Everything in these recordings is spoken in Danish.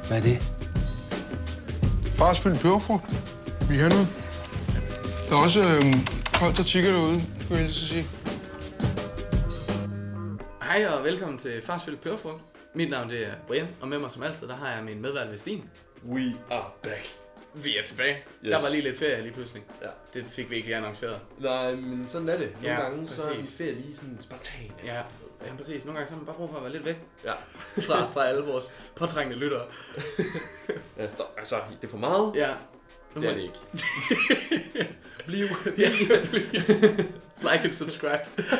Hvad er det? Fars fyldt peberfrugt. Vi har noget. Der er også koldt og tikker derude, skulle jeg helst sige. Hej og velkommen til Fars fyldt peberfrugt. Mit navn det er Brian, og med mig som altid, der har jeg min medvært Vestin. We are back. Vi er tilbage. Yes. Der var lige lidt ferie lige pludselig. Ja. Det fik vi ikke lige annonceret. Nej, men sådan er det. Nogle gange præcis. så er en ferie lige sådan spontan. Ja, præcis. Nogle gange så har man bare brug for at være lidt væk Ja. fra alle vores påtrængende lyttere. Ja, altså, det er for meget. Ja. Det er det ikke. Bliv. Ja, please. Like and subscribe.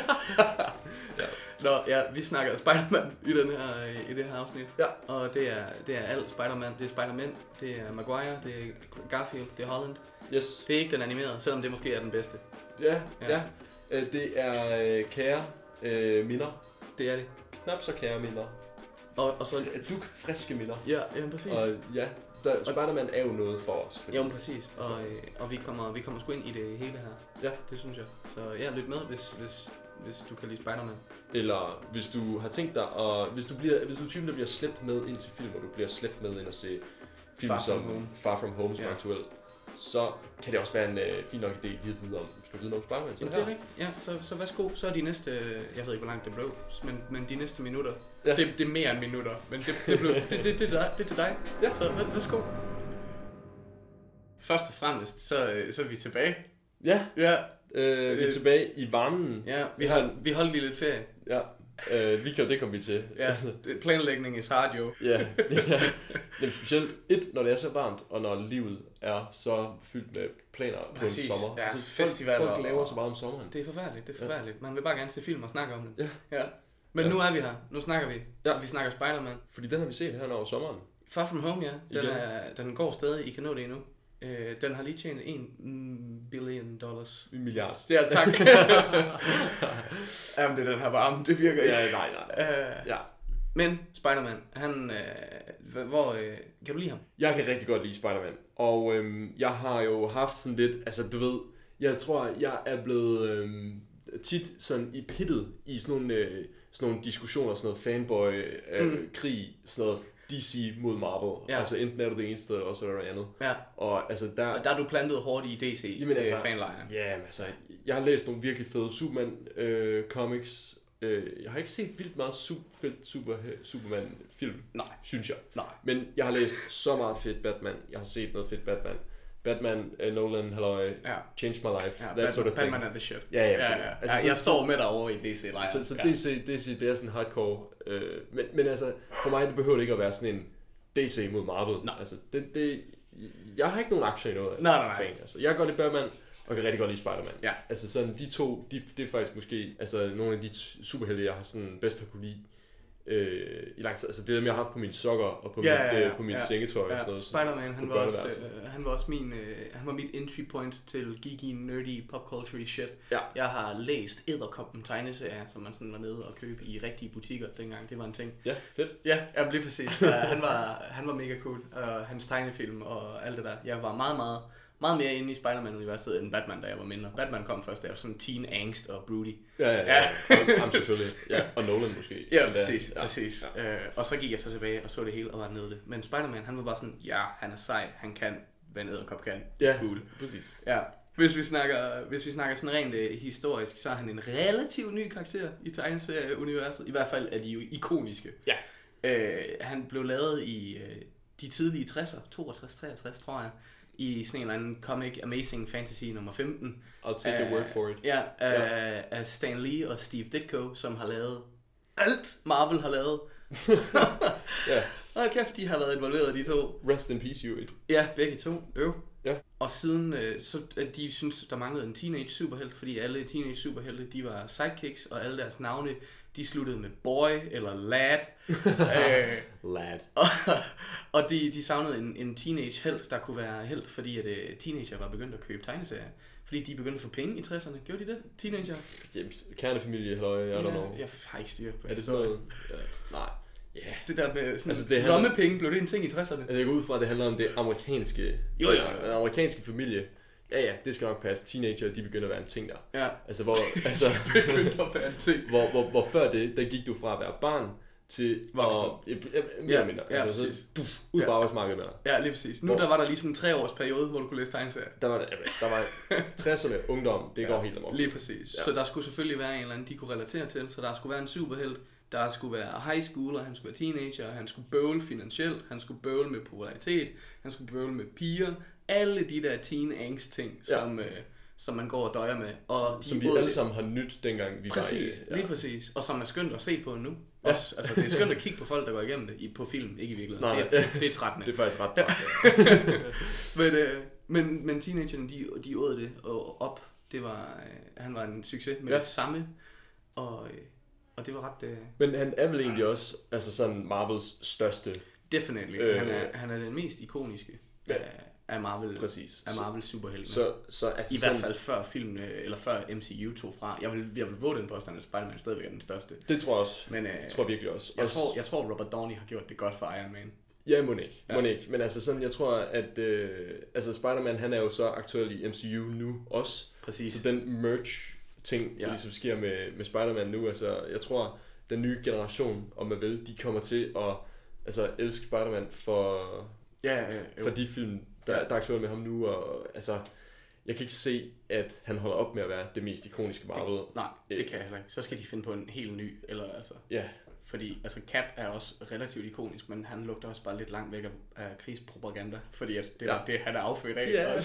Ja. Nå, ja, vi snakker Spider-Man i det her afsnit. Ja. Og det er alt Spider-Man. Det er Spider-Man, det er Maguire, det er Garfield, det er Holland. Yes. Det er ikke den animerede, selvom det måske er den bedste. Ja. Det er kære minder. Det er det. Knap så kære minder. Og så Friske minder. ja, præcis. Og ja, Spider-Man er jo noget for os. Jo, præcis. Og vi kommer sgu ind i det hele her. Ja. Det synes jeg. Så ja, lyt med, hvis du kan lide Spider-Man. Eller hvis du har tænkt dig, og hvis du er typen, der bliver slæbt med ind til film, og du bliver slæbt med ind og se film som Far From Home, som er aktuel, så kan det også være en fin nok idé lige at vide om, hvis du ved noget om Spider-Man. Jamen, det er rigtigt. Ja, så værsgo. Så er de næste, jeg ved ikke hvor langt det blev, men de næste minutter. Ja. Det er mere end minutter, men det er til dig. Ja. Så værsgo. Først og fremmest, så er vi tilbage. Ja. Ja. Vi er tilbage i varmen. Ja, vi holdt lige lidt ferie. Ja. Det kom vi til. Ja, planlægning is hard jo. Ja. Men specielt når det er så varmt, og når livet er så fyldt med planer på en sommer. Ja, altså, festivaler. Folk laver så meget om sommeren. Det er forfærdeligt. Man vil bare gerne se film og snakke om det. Ja. Men nu er vi her. Nu snakker vi. Ja. Vi snakker Spider-Man. Fordi den har vi set her over sommeren. Far From Home, ja. Den går stadig. I kan nå det endnu. Den har lige tjent $1 billion. $1 milliard. Det er tak. Jamen, det er den her varme. Det virker ikke. Ja, nej. Ja. Men Spider-Man, han... kan du lide ham? Jeg kan rigtig godt lide Spider-Man. Og jeg har jo haft sådan lidt... Altså, du ved... Jeg tror, jeg er blevet tit sådan i pittet i sådan nogle diskussioner, sådan noget fanboy-krig, sådan noget DC mod Marvel. Ja. Altså enten er du det ene sted, eller også er der noget andet. Ja. Og altså der er du plantet hårdt i DC fanlejren. Ja, altså jeg har læst nogle virkelig fede Superman comics. Jeg har ikke set vildt meget fedt Superman film. Nej, synes jeg. Nej. Men jeg har læst så meget fedt Batman. Jeg har set noget fedt Batman, Nolan, halløj, Changed My Life, that sort of thing. Batman er the shit. Ja. Altså, jeg står med dig over i DC-lejren. Så DC, det er sådan hardcore. Men altså, for mig, det behøver ikke at være sådan en DC mod Marvel. Nej. Altså, jeg har ikke nogen aktier i noget. Nej. Fan. Altså, jeg kan godt lide Batman, og jeg kan rigtig godt lide Spider-Man. Ja. Altså, sådan de to, det er faktisk måske altså, nogle af de superhelte, jeg har sådan bedst har kunne lide. I lang tid. Altså det dem jeg har haft på mine sokker og på mit sengetøj og sådan noget. Spider-Man, han var også han var mit entry point til geeky, nerdy, popculture shit. Ja. Jeg har læst Edderkoppen tegneserier, som man sådan var nede og købe i rigtige butikker dengang. Det var en ting. Ja, fedt. Ja, lige præcis. Han var mega cool. Hans tegnefilm og alt det der. Jeg var meget mere inde i Spider-Man-universet end Batman, da jeg var mindre. Batman kom først, da jeg var sådan teen angst og broody. Ja. Ham selvfølgelig. Ja, og Nolan måske. Ja, præcis. Ja. Og så gik jeg så tilbage og så det hele og var nede det. Men Spider-Man, han var bare sådan, ja, han er sej, han kan, hvad en edderkop kan. Ja, cool. Præcis. Ja. Hvis vi snakker sådan rent historisk, så er han en relativt ny karakter i tegneserieuniverset. I hvert fald er de jo ikoniske. Ja. Han blev lavet i de tidlige 60'er, 62-63 tror jeg. I sådan en eller anden comic Amazing Fantasy nummer 15. I'll take your word for it. Ja, af Stan Lee og Steve Ditko, som har lavet alt Marvel har lavet. Ja. Og kæft, de har været involveret, de to. Rest in peace, you. Ja, begge to. Ja. Og siden, så de synes, der manglede en teenage superhelt, fordi alle teenage superhelte, de var sidekicks, og alle deres navne, de sluttede med boy eller lad. Lad. Og de savnede en teenage helt, der kunne være helt, fordi at teenager var begyndt at købe tegneserier. Fordi de begyndte at få penge i 60'erne. Gjorde de det? Teenager? Kernefamilie, halløj, I don't know. Jeg har ikke styr på det. Er det sådan noget? Ja. Nej. Yeah. Det der med sådan altså, lommepenge, blev det en ting i 60'erne? Altså jeg går ud fra, at det handler om det amerikanske. Jo. Den amerikanske familie. Ja, det skal nok passe. Teenager, de begynder at være en ting der. Ja. Altså hvor før det, der gik du fra at være barn til Voksen. mere eller mindre. Ja, altså, præcis. Ud på arbejdsmarkedet med dig. Ja, lige præcis. Nu der var der lige sådan en 3 års periode, hvor du kunne læse tegneserier. Der var 60'erne, ungdom, det går helt amok. Lige præcis. Ja. Så der skulle selvfølgelig være en eller anden, de kunne relatere til. Så der skulle være en superhelt, der skulle være high schooler, han skulle være teenager, han skulle bøvle finansielt, han skulle bøvle med popularitet, han skulle bøvle med piger. Alle de der teen angst ting, som man går og døjer med. Og som vi alle sammen har nyt, dengang vi præcis, var i... lige præcis. Og som er skønt at se på nu. Også, altså, det er skønt at kigge på folk, der går igennem det på film, ikke i virkeligheden. Det er trættende. Det er faktisk ret trættende. men teenagerne, de åd det op. Det var, han var en succes med det samme. Og det var ret... Men han er vel egentlig også altså sådan Marvels største... Definitely. Han er den mest ikoniske af Marvel. Præcis. Af Marvel superheltene. Så altså i hvert fald før filmene, eller før MCU tog fra. Jeg vil våge den påstand, at Spider-Man stadigvæk er den største. Det tror jeg også. Men, det tror jeg virkelig også. Jeg tror Robert Downey har gjort det godt for Iron Man. Ja, må ikke. Men altså sådan, jeg tror, at altså Spider-Man, han er jo så aktuel i MCU nu også. Præcis. Så den merge-ting, der ligesom sker med Spider-Man nu, altså jeg tror, den nye generation, om man vil, de kommer til at altså elske Spider-Man for de film, der er aktuelle med ham nu, og altså, jeg kan ikke se, at han holder op med at være det mest ikoniske Marvel. Det kan jeg heller ikke. Så skal de finde på en helt ny, eller altså... Ja. Fordi altså Cap er også relativt ikonisk, men han lugter også bare lidt langt væk af krigspropaganda, fordi at det er det, han er affødt af. Ja.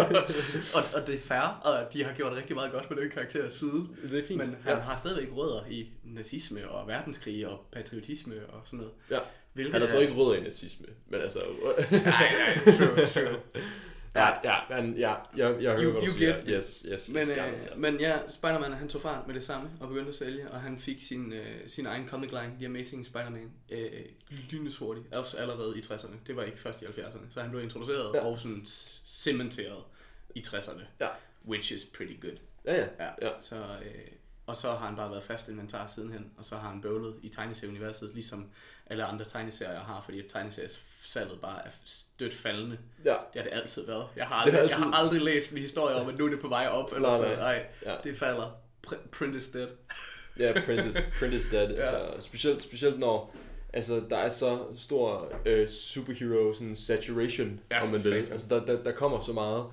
Og det er fair, og de har gjort rigtig meget godt med den karakter siden. Det er fint. Men han har stadigvæk rødder i nazisme og verdenskrig og patriotisme og sådan noget. Ja. Han har så ikke rødder i nazisme, men altså... nej, true. Jeg hører, hvad du siger. Yes. Men Spider-Man, han tog fart med det samme og begyndte at sælge, og han fik sin egen comic line, The Amazing Spider-Man, lynende hurtigt, også allerede i 60'erne. Det var ikke først i 70'erne, så han blev introduceret og sådan cementeret i 60'erne, which is pretty good. Ja. Så, og så har han bare været fast inventar sidenhen, og så har han bøvlet i tegneserieuniverset, ligesom alle andre tegneserier har, fordi at tegneseriesalget bare er stødt faldende. Ja. Det har det altid været. Jeg har aldrig læst en historie om, at nu er det på vej op, eller sådan. Nej, det falder. Print is dead. Ja, print is dead. Altså, specielt når altså, der er så stor superhero sådan saturation, om man vil. Altså, der kommer så meget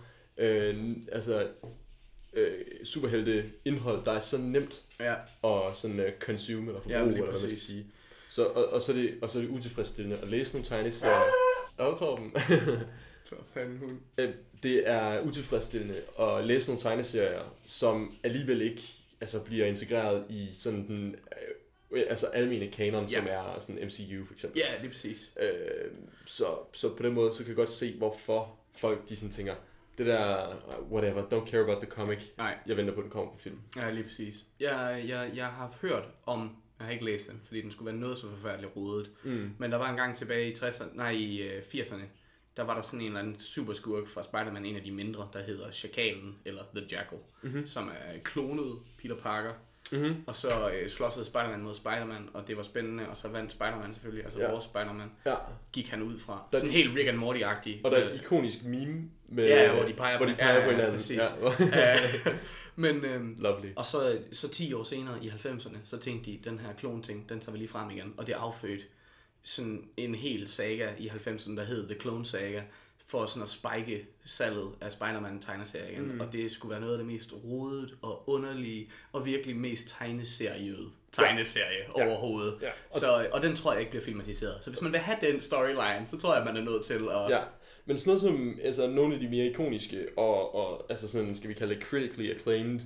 superhelte indhold, der er så nemt at sådan consume eller forbruge, eller hvad man skal sige. Så, og så er det utilfredsstillende at læse nogle tegneserier. Torben. Så fanden hun. Det er utilfredsstillende at læse nogle tegneserier, som alligevel ikke bliver integreret i sådan den almene kanon, som er sådan MCU for eksempel. Ja, lige præcis. Så på den måde, så kan jeg godt se, hvorfor folk de sådan tænker, det der, whatever, don't care about the comic. Nej. Jeg venter på, at den kommer på film. Ja, lige præcis. Jeg har hørt om, jeg har ikke læst den, fordi den skulle være noget så forfærdeligt rodet. Men der var en gang tilbage i 80'erne, der var der sådan en eller anden superskurk fra Spider-Man, en af de mindre, der hedder Chakalen, eller The Jackal, som er klonet Peter Parker. Og så slåsede Spider-Man mod Spider-Man, og det var spændende, og så vandt Spider-Man selvfølgelig, altså vores Spider-Man, gik han ud fra. Sådan helt Rick and Morty-agtig. Og der er et ikonisk meme med, hvor de peger på hinanden. Præcis. Men, lovely. Og så 10 år senere i 90'erne, så tænkte de, den her klon-ting, den tager vi lige frem igen, og det affødte sådan en hel saga i 90'erne, der hed The Clone Saga, for sådan at spike salget af Spider-Man tegneserien, og det skulle være noget af det mest rodet og underlige, og virkelig mest tegneserie overhovedet. Ja. Og den tror jeg ikke bliver filmatiseret. Så hvis man vil have den storyline, så tror jeg, man er nødt til at... Ja, men sådan noget som nogle af de mere ikoniske, og altså sådan, skal vi kalde det critically acclaimed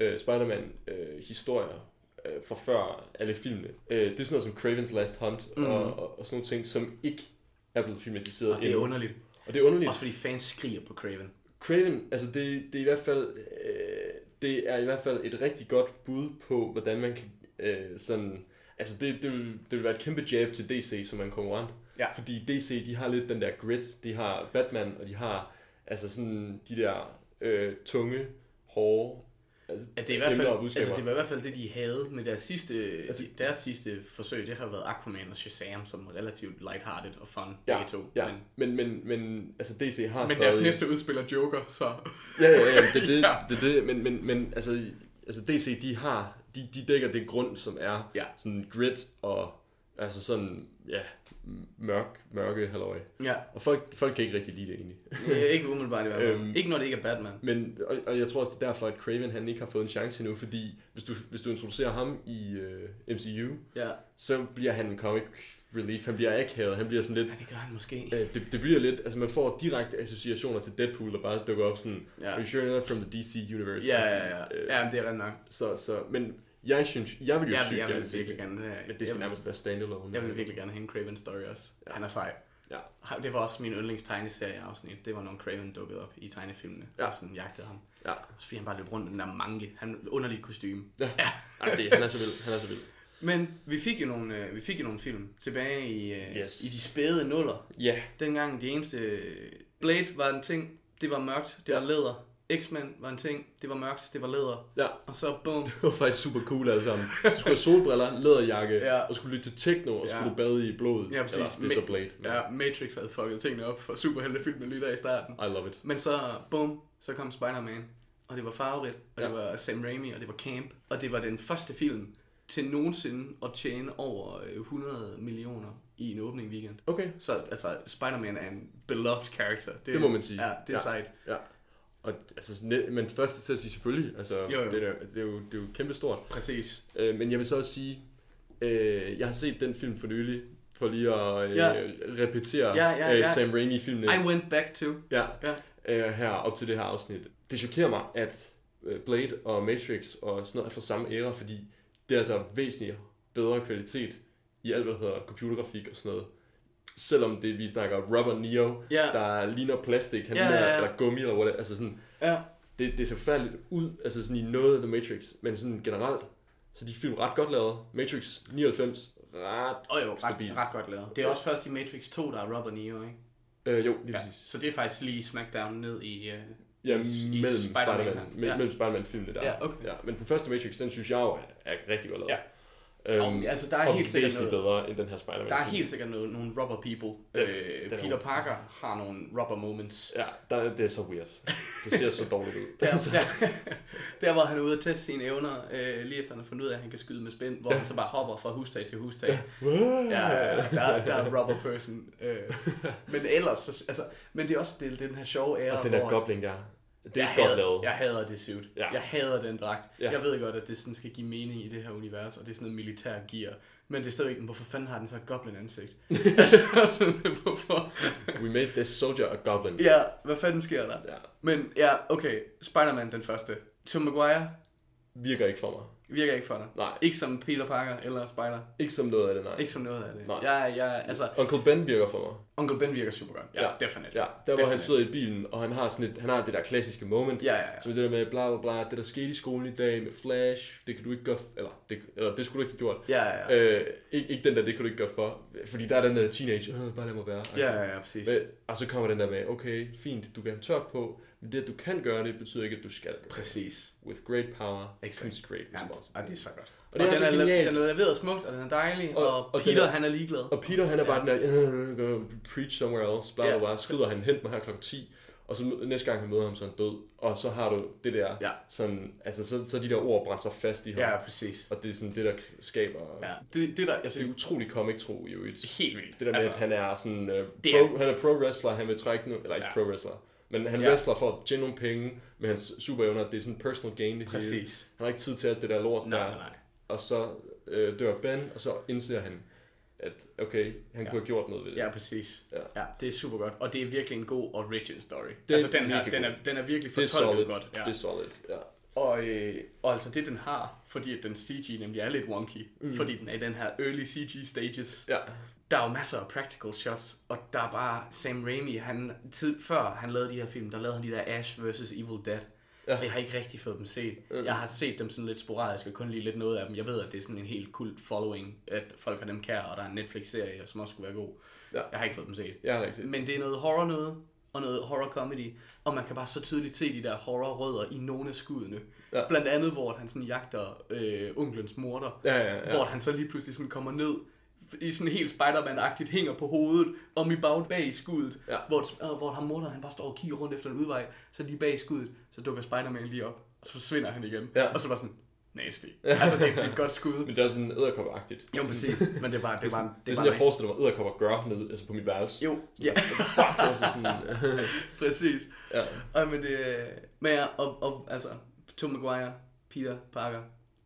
Spider-Man fra før alle filmene. Det er sådan noget som Kraven's Last Hunt, og sådan nogle ting, som ikke er blevet filmatiseret. Og det er underligt. Og det er underligt. Også fordi fans skriger på Kraven. Kraven, altså det er i hvert fald det er i hvert fald et rigtig godt bud på, hvordan man kan sådan, altså det vil være et kæmpe jab til DC som en konkurrent. Ja. Fordi DC, de har lidt den der grit, de har Batman, og de har altså sådan de der tunge, hårde. Det er i hvert fald det, de havde med deres sidste forsøg. Det har været Aquaman og Shazam, som er relativt lighthearted og fun, begge to. Ja, men altså DC har men deres næste udspil er Joker, så... det er det, men altså DC, de dækker det grund, som er sådan grit og Altså sådan, ja, mørke halløj. Ja. Og folk kan ikke rigtig lide det egentlig. Ikke umiddelbart i hvert fald. Ikke når det ikke er Batman. Men, og jeg tror også, det er derfor, at Craven han ikke har fået en chance endnu, fordi hvis du introducerer ham i MCU, så bliver han en comic relief. Han bliver akavet, han bliver sådan lidt... Ja, det gør han måske. Det bliver lidt... Altså man får direkte associationer til Deadpool, der bare dukker op sådan... Are you sure you're not from the DC universe? Ja, men det er ret nok. Men jeg synes... Jeg vil jo sygt gerne se det. Men det skal nærmest være standalone. Jeg vil virkelig gerne have en Craven story også. Ja. Han er sej. Ja. Det var også min yndlingstegneserie-afsnit. Det var, når Craven dukkede op i tegnefilmene. Og sådan jagtede ham. Ja. Også fordi han bare løb rundt med den der manke. Han underligt kostume. Ja. Han er så vild. Men vi fik jo nogle film tilbage i de spæde nuller. Ja. Dengang det eneste... Blade var en ting, det var mørkt, det var læder. X-Men var en ting, det var mørkt, det var læder. Ja. Og så boom. Det var faktisk super cool alle sammen. Du skulle have solbriller, læderjakke, og skulle lytte til techno, og skulle du bade i blodet. Ja, præcis. Eller, det er så Blade. Ja, Matrix havde fucket tingene op for superheltefilmen lige der i starten. I love it. Men så, boom, så kom Spider-Man. Og det var farverigt, og det var Sam Raimi, og det var camp. Og det var den første film til nogensinde at tjene over 100 millioner i en opening weekend. Okay. Så altså, Spider-Man er en beloved character. Det må man sige. Ja, det er sejt. Ja. Og altså, men først til at sige selvfølgelig, altså, jo. Det er jo kæmpe stort. Præcis. Men jeg vil så også sige, jeg har set den film for nylig, for lige at repetere Sam Raimi-filmene. I went back to. Her op til det her afsnit. Det chokerer mig, at Blade og Matrix og sådan noget er fra samme æra, fordi det er altså væsentligt bedre kvalitet i alt, hvad der hedder computergrafik og sådan noget. Selvom det, vi snakker Rubber Neo, der ligner plastik, han ligner eller gummi eller whatever, altså sådan, det ser forfærdeligt ud, altså sådan i noget af The Matrix, men sådan generelt, så de film ret godt lavet. Matrix 99, ret stabilt. Ret godt lavet. Det er også først i Matrix 2, der er Rubber Neo, ikke? Jo, lige præcis. Så det er faktisk lige smackdown ned i... mellem Spider-Man-filmene der. Ja, okay. Men den første Matrix, den synes jeg jo er rigtig godt lavet. Ja. Altså, der er helt sikkert noget bedre end den her Spider-Man. Der er helt sikkert nogle rubber people. Peter Parker har nogle rubber moments. Ja, det er så weird. Det ser så dårligt ud. Der hvor han er ude at teste sine evner, lige efter han har fundet ud af, at han kan skyde med spænd, hvor han så bare hopper fra hustag til hustag. Der er rubber person. Men ellers, altså, men det er også den her sjove ære, og den der gobling der. Det er godt lavet. Jeg hader det suit. Ja. Jeg hader den dragt. Ja. Jeg ved godt, at det sådan skal give mening i det her univers, og det er sådan noget militær gear. Men det er stadigvæk, hvorfor fanden har den så et goblin ansigt? Altså, hvorfor? We made this soldier a goblin. Ja, hvad fanden sker der? Ja. Men ja, okay. Spider-Man den første. Tom Maguire. Virker ikke for mig. Virker ikke for dig? Nej. Ikke som Peter Parker eller Spider? Ikke som noget af det, nej. Ikke som noget af det? Nej. Altså... Uncle Ben virker for mig. Uncle Ben virker super godt. Ja, definitely. Ja, der hvor han sidder i bilen, og han har det der klassiske moment. Ja. Som det der med bla bla bla, det der skete i skolen i dag med Flash, det kan du ikke gøre, eller det skulle du ikke have gjort. Ja. Ikke den der, det kan du ikke gøre for, fordi der er den der teenage, bare lad mig være. Ja, præcis. Og så kommer den der med, okay, fint, du kan have tør på, men det at du kan gøre det, betyder ikke, at du skal gøre det. Præcis. With great power comes great responsibility. Ja, det er så godt. Og den er leveret smukt, og den er dejlig, og Peter han er ligeglad. Og Peter han er bare den der, go preach somewhere else, bla bla bla, skrider han, hent mig her klokken 10, og så næste gang han møder ham, så er han død, og så har du det der, sådan, altså så de der ord brænder sig fast i ham. Ja, præcis. Og det er sådan det, der skaber, det der, altså, det er utrolig comic-tro i øvrigt. Helt vildt. Det der med, at han er sådan, han er pro-wrestler, han vil trække nu, eller ikke pro-wrestler. Men han wrestler for at tjene nogle penge med hans superevner. Det er sådan personal gain. Det præcis. Hele. Han har ikke tid til alt det der lort der. Nej. Og så dør Ben, og så indser han, at okay, han kunne have gjort noget ved det. Ja, præcis. Ja, det er super godt. Og det er virkelig en god origin story. Det altså den er virkelig fortolket godt. Ja. Det er solid, ja. Og altså det den har, fordi at den CG nemlig er lidt wonky, fordi den er i den her early CG stages. Ja. Der er jo masser af practical shots, og der er bare Sam Raimi, før han lavede de her film, der lavede han de der Ash vs. Evil Dead. Ja. Og jeg har ikke rigtig fået dem set. Jeg har set dem sådan lidt sporadisk, og kun lige lidt noget af dem. Jeg ved, at det er sådan en helt kult following, at folk har dem kær, og der er en Netflix-serie, som også skulle være god. Ja. Jeg har ikke fået dem set. Jeg har ikke set. Men det er noget horror noget, og noget horror comedy, og man kan bare så tydeligt se de der horror-rødder i nogle af skuddene. Ja. Blandt andet, hvor han sådan jagter onklens morder, hvor han så lige pludselig sådan kommer ned, i sådan helt Spider-Man-agtigt hænger på hovedet, om i bag i skuddet, hvor ham morderen, han bare står og kigger rundt efter en udvej, så lige bag skuddet, så dukker Spider-Man lige op, og så forsvinder han igen, og så var sådan, nasty. Altså, det er et godt skud. Men det er sådan edderkoppeagtigt. Jo, præcis. Men det var det er sådan, nice. jeg forestiller mig, edderkopper gør nede, altså på mit værelse. Jo, ja. Præcis. Ja. Og men det... Men ja, og altså, Tom Maguire, Peter Parker,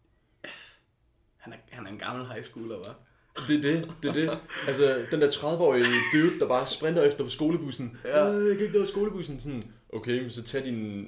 han er en gammel high schooler, hva'? Det er det. Altså, den der 30-årige dude, der bare sprinter efter på skolebussen. Ja. Jeg kan ikke nå skolebussen. Sådan, okay, men så tag din...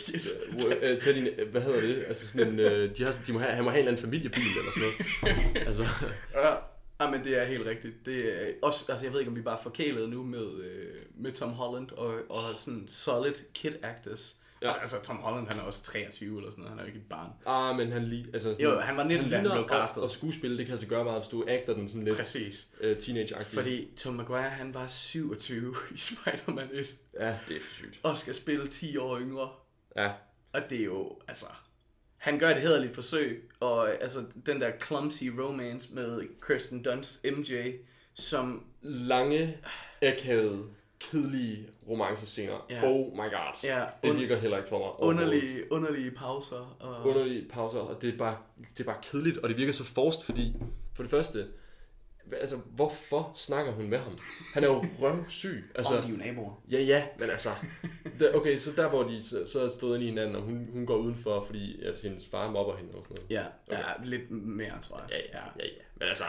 tag din... Hvad hedder det? Altså sådan en... han må have en eller anden familiebil eller sådan noget. Altså... Ja, men det er helt rigtigt. Det er også, altså jeg ved ikke, om vi bare er forkælet nu med Tom Holland og sådan solid kid actors. Ja. Altså Tom Holland, han er også 23 eller sådan noget, han er jo ikke et barn. Men han lige... Altså sådan, jo, han var 19, da han blev castet. Og skuespil, det kan altså gøre meget, hvis du acter den sådan lidt... Præcis. Teenage-agtig. Fordi Tom Maguire, han var 27 i Spider-Man 1. Ja, det er for sygt. Og skal spille 10 år yngre. Ja. Og det er jo, altså... Han gør et hæderligt forsøg, og altså den der clumsy romance med Kirsten Dunst MJ, som... Lange, akavede, kedelige romancescener. Yeah. Oh my god. Yeah. Det virker heller ikke for mig. Underlige pauser. Og... Underlige pauser, og det er bare kedeligt, og det virker så forced, fordi for det første, altså hvorfor snakker hun med ham? Han er jo røvsyg. Altså, de er jo naboer. Ja, men altså, okay, så der hvor de så stod inde i hinanden, og hun går udenfor, fordi at hendes far mobber hende eller sådan noget. Ja, okay. Ja, lidt mere, tror jeg. Ja. Men altså,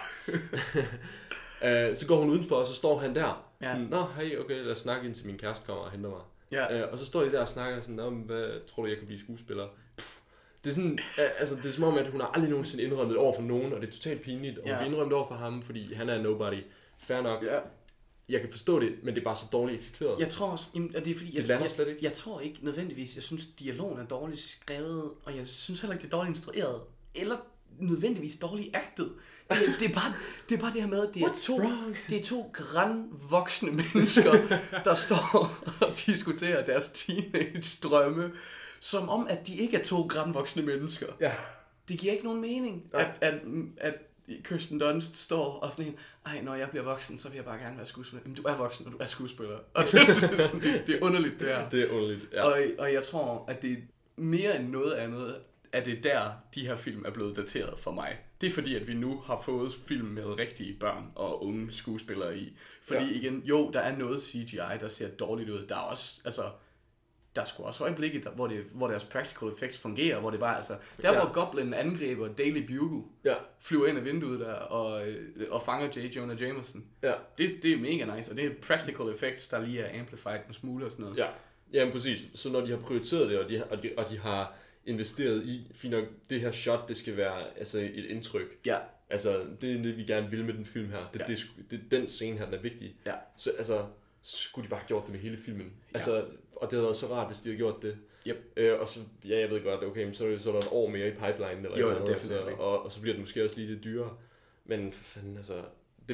så går hun udenfor, og så står han der. Ja. Sådan, nå, hey, okay, lad os snakke indtil min kæreste kommer og henter mig. Ja. Og så står de der og snakker sådan, hvad tror du, jeg kan blive skuespiller? Det er sådan, altså det er som om, at hun har aldrig nogensinde indrømmet over for nogen, og det er totalt pinligt, og hun har indrømmet over for ham, fordi han er nobody. Fair nok. Ja. Jeg kan forstå det, men det er bare så dårligt eksekveret. Jeg tror også, det er fordi, det lander slet ikke. Jeg tror ikke nødvendigvis, jeg synes, dialogen er dårligt skrevet, og jeg synes heller ikke, det er dårligt instrueret, eller nødvendigvis dårligt acted. Det er bare det her med, at det er to grandvoksne mennesker, der står og diskuterer deres teenage-drømme, som om, at de ikke er to grandvoksne mennesker. Ja. Det giver ikke nogen mening, at Kirsten Dunst står og sådan en, når jeg bliver voksen, så vil jeg bare gerne være skuespiller. Men du er voksen, og du er skuespiller. Og det er underligt, det her. Det er underligt, ja. Og jeg tror, at det er mere end noget andet, at det er der, de her film er blevet dateret for mig. Det er fordi, at vi nu har fået film med rigtige børn og unge skuespillere i. Fordi igen, jo, der er noget CGI, der ser dårligt ud. Der er også, altså... Der er sgu også øjeblikke, hvor deres practical effects fungerer, hvor det bare, altså... hvor Goblin angriber Daily Bugle, flyver ind af vinduet der, og fanger J. Jonah Jameson. Ja. Det er mega nice, og det er practical effects, der lige er amplified med smule og sådan noget. Ja, jamen præcis. Så når de har prioriteret det, og de har investeret i, fint nok, det her shot, det skal være altså et indtryk. Ja. Altså, det er det, vi gerne vil med den film her. Den scene her, den er vigtig. Ja. Så altså, skulle de bare have gjort det med hele filmen. Altså, og det havde været så rart, hvis de havde gjort det. Yep. Og så, jeg ved godt, okay, men så er der et år mere i pipeline, eller noget, definitivt. Og så bliver det måske også lige lidt dyrere. Men for fanden, altså,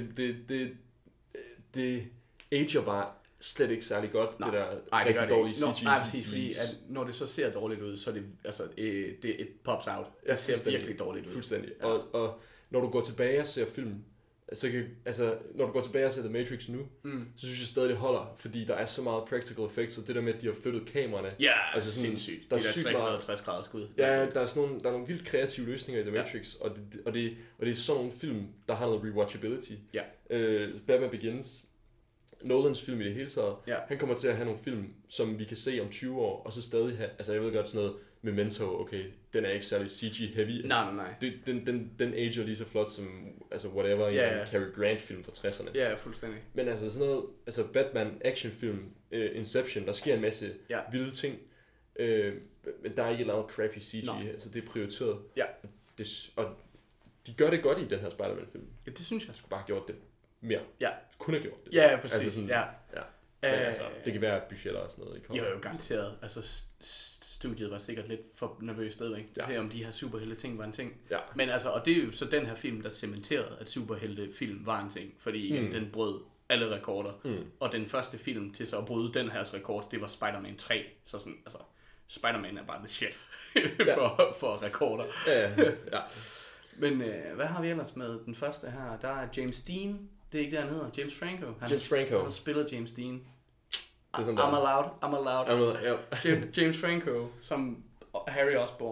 det ager bare slet ikke særlig godt, det der rigtig dårlige CGI. Nej, præcis, fordi at når det så ser dårligt ud, så er det, altså, det pops out. Det ser virkelig dårligt ud. Fuldstændig. Ja. Og når du går tilbage og ser film, når du går tilbage og ser The Matrix nu, så synes jeg stadig, det holder, fordi der er så meget practical effects, og det der med, at de har flyttet kameraerne. Ja, altså sådan, sindssygt. Der er 360 graders skud. Ja, der er nogle vildt kreative løsninger i The Matrix, og det er sådan nogle film, der har noget rewatchability. Ja. Batman Begins, Nolans film i det hele taget, han kommer til at have nogle film, som vi kan se om 20 år, og så stadig have, altså jeg ved godt sådan noget, Memento, okay, den er ikke særlig CG-heavy. Altså, nej. Den ager lige så flot som, altså whatever, en Cary Grant-film fra 60'erne. Ja, fuldstændig. Men altså sådan noget, altså Batman, actionfilm, Inception, der sker en masse vilde ting, men der er ikke lavet crappy CG, altså det er prioriteret. Ja. Og de gør det godt i den her Spider-Man-film. Ja, det synes jeg. Jeg skulle bare have gjort det mere. Ja. Kunne have gjort det. Ja, præcis. Altså sådan, ja. Men altså, det kan være budgetter og sådan noget. Jo, garanteret. Altså, studiet var sikkert lidt for nervøs stadigvæk, til om de her superhelte ting var en ting. Ja. Men altså, og det er jo så den her film, der cementerede, at superhelte film var en ting, fordi igen, den brød alle rekorder. Og den første film til så at bryde den her rekord, det var Spider-Man 3. Så sådan, altså, Spider-Man er bare the shit for rekorder. Ja. Men hvad har vi ellers med den første her? Der er James Dean. Det er ikke det, han hedder. James Franco. Han spiller James Dean. I'm allowed. James Franco som Harry Osborn.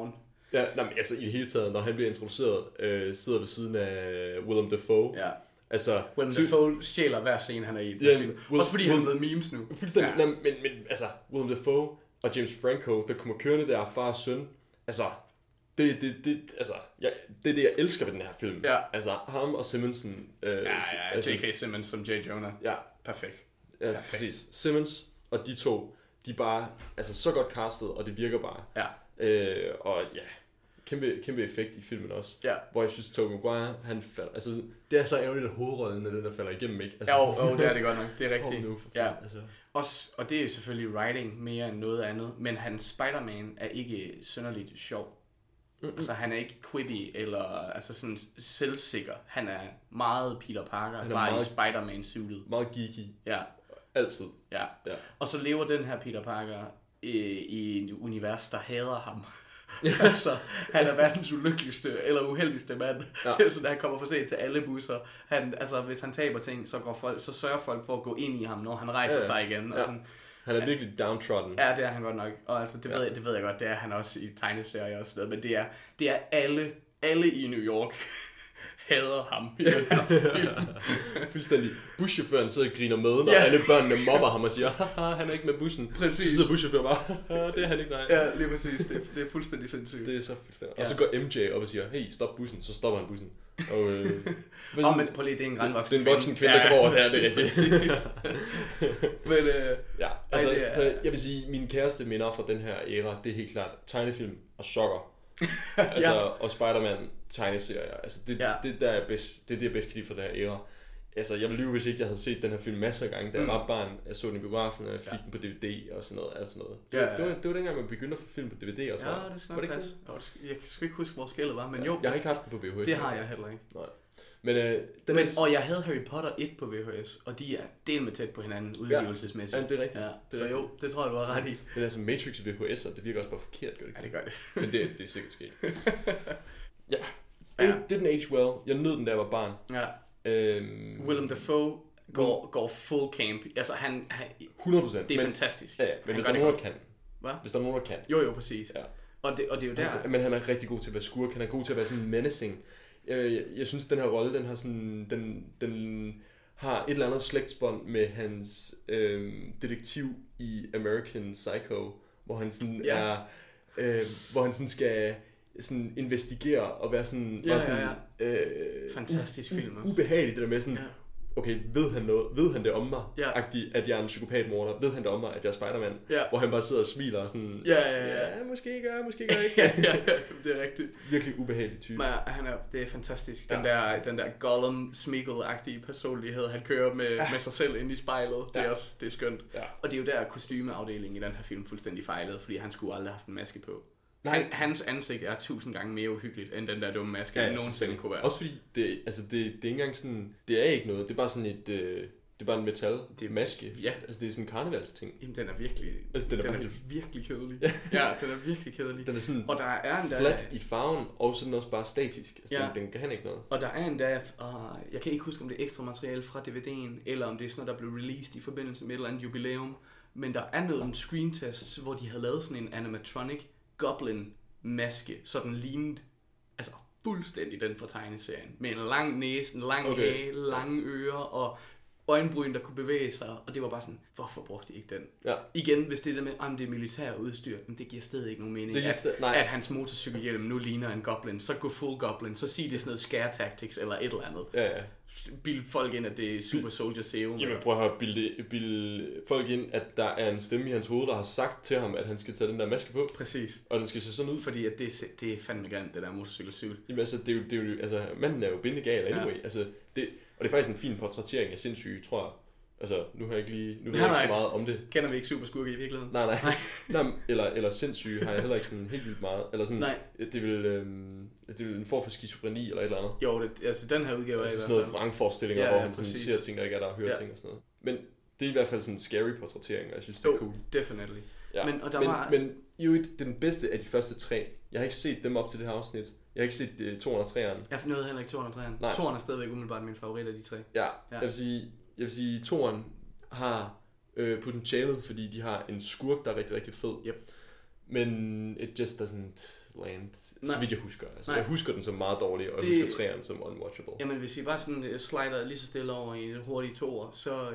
Ja, men altså i det hele taget, når han bliver introduceret, sidder ved siden af Willem Dafoe. Ja. Altså, Willem Dafoe stjæler hver scene, han er i. Ja, Film. Også fordi han er blevet memes nu. Fuldstændig. Ja. Men altså, Willem Dafoe og James Franco, der kommer kørende der, far og søn. Altså, det er det, jeg elsker ved den her film. Ja. Altså, ham og Simonsen. J.K. Simmons som J. Jonah. Ja. Perfekt. Ja, præcis. Simmons og de to, de er bare så godt castet, og det virker bare. Ja. Og ja, kæmpe effekt i filmen også. Ja. Hvor jeg synes, Tobey Maguire, han falder. Altså, det er så ærgerligt, at hovedrollen er den, der falder igennem, ikke? Altså, Jo, det er det godt nok. Det er rigtigt. Nu, ja. Altså. Og det er selvfølgelig writing mere end noget andet, men hans Spider-Man er ikke synderligt sjov. Altså han er ikke quippy eller altså sådan selvsikker. Han er meget Peter Parker, bare meget, i Spider-Man-suitet. Meget geeky. Ja. Altid. Ja. Og så lever den her Peter Parker i et univers, der hader ham. Altså, han er verdens ulykkeligste eller uheldigste mand. Ja. Det er sådan, han kommer for sent til alle busser. Hvis han taber ting, så sørger folk for at gå ind i ham, når han rejser sig igen. Og sådan, han er virkelig downtrodden. Ja, det er han godt nok. Og altså, det ved jeg godt, det er han også i tegneserier og sådan noget. Men det er alle i New York hader ham i den her film. Fuldstændig. Buschaufføren sidder og griner med, når alle børnene mobber ham og siger, haha, han er ikke med bussen. Præcis. Så sidder buschaufføren bare, det er han ikke, nej. Ja, lige præcis. Det er fuldstændig sindssygt. Det er så fuldstændig. Og så går MJ op og siger, hey, stop bussen. Så stopper han bussen. Og, men prøv lige, det er en grandvoksen kvinde. Det er en voksen kvinde, der går over der, det er rigtigt. Men, ja, altså, så jeg vil sige, mine kæreste minder fra den her æra, det er helt klart tegnefilm og sokker. Altså, og Spider-Man tegneserier. Altså, det der er bedst, det er det, jeg bedst kan lide fra den her æra. Altså, jeg ville lyve, hvis ikke jeg havde set den her film masser af gange, da jeg var barn. Jeg så den i biografen, og jeg fik den på DVD og sådan noget. Altså noget. Det var dengang, man begyndte at få film på DVD og så. Ja, det skal nok passe. Jeg kan ikke huske, hvor skældet var, men jo. Jeg har ikke haft den på VHS. Det har jeg heller ikke. Nej. Men, og jeg havde Harry Potter 1 på VHS, og de er delmed tæt på hinanden udgivelsesmæssigt. Ja, det er rigtigt. Ja, det så jo, det tror jeg, du har ret i. Men altså Matrix VHS'er, det virker også bare forkert, gør det ikke? Ja, det gør det. Men det er sikkert sket. Ja. Didn't age well. Jeg nød den, da jeg var barn. Ja. Willem Dafoe går full camp. Altså han 100%. Det er fantastisk. Ja, men hvis der er nogen, der kan. Hvad? Hvis der er nogen, der kan. Jo, præcis. Ja. Og det er jo der. Men han er rigtig god til at være skurk. Han er god til at være sådan menacing. Jeg synes, den her rolle, den har sådan, den har et eller andet slægtsbånd med hans detektiv i American Psycho, hvor han sådan hvor han sådan skal sådan investigere og være sådan, fantastisk film også. Ubehageligt det der med sådan, okay, ved han det om mig, at jeg er en psykopatmorder, ved han det om mig, at jeg er Spider-Man, hvor han bare sidder og smiler og sådan, måske gør ikke. Det er rigtigt. Virkelig ubehagelig type. Men det er fantastisk. Den der Gollum Smeagol-agtige personlighed, han kører med sig selv ind i spejlet, det er skønt. Ja. Og det er jo der kostymeafdelingen i den her film fuldstændig fejlede, fordi han skulle aldrig have haft en maske på. Nej. Hans ansigt er 1000 gange mere uhyggeligt, end den der dumme maske nogensinde kunne være. Også fordi, det er ikke engang sådan, det er ikke noget, det er bare sådan et, det er bare en maske. Ja. Altså det er sådan en karnevalsting. Jamen den er virkelig, altså, den er virkelig kedelig. Ja, den er virkelig kedelig. Den er sådan og der er en flat i farven, og sådan også bare statisk. Altså den kan ikke noget. Og der er en der, jeg kan ikke huske om det er ekstra materiale fra DVD'en, eller om det er sådan noget, der blev released i forbindelse med et eller andet jubilæum. Men der er noget om screen tests, hvor de havde lavet sådan en animatronic goblin maske, så den lignede altså fuldstændig den fra tegneserien, med en lang næse, en lang hale, lange ører og øjenbryn, der kunne bevæge sig, og det var bare sådan, hvorfor brugte de ikke den? Ja. Igen, hvis det er det med, det er militær udstyr, men det giver stadig ikke nogen mening, at hans motorcykelhjelm nu ligner en goblin, så gå full goblin, så sig det sådan noget scare tactics eller et eller andet. Ja. Bilde folk ind, at det er Super Soldier Serum. Jamen prøv at høre, bilde folk ind, at der er en stemme i hans hoved, der har sagt til ham, at han skal tage den der maske på. Præcis. Og den skal se sådan ud. Fordi at det er fandme grimt, det der motorcykelsuit. Jamen altså, det er jo altså, manden er jo bindegal anyway. Ja. Altså, og det er faktisk en fin portrættering af sindssyge, tror jeg. Altså, nu har jeg ikke lige, nu ved jeg ikke så meget om det. Kender vi ikke superskurke i virkeligheden? Nej. Eller sindssyge har jeg heller ikke sådan helt vildt meget. Eller sådan, det er vel en form for skizofreni eller et eller andet. Jo, altså den her udgave altså, sådan noget vrangforestillinger, hvor han sådan ser ting, der ikke er der, og hører ting og sådan noget. Men det er i hvert fald sådan en scary portrættering, og jeg synes, det er cool. Definitely. Ja. Men jo, det er den bedste af de første 3. Jeg har ikke set dem op til det her afsnit. Jeg har ikke set 203'eren. Jeg nåede heller ikke 203'eren. 2'eren er stadigvæk umiddelbart min favorit af de 3. Ja. Jeg vil sige 2'eren har potentialet, fordi de har en skurk, der er rigtig, rigtig fed. Yep. Men it just doesn't Land, Nej. så vidt jeg husker. Altså, Nej. jeg husker den som meget dårlig, og jeg husker 3'eren som unwatchable. Jamen, hvis vi bare sådan slider lige så stille over i en hurtig toer, så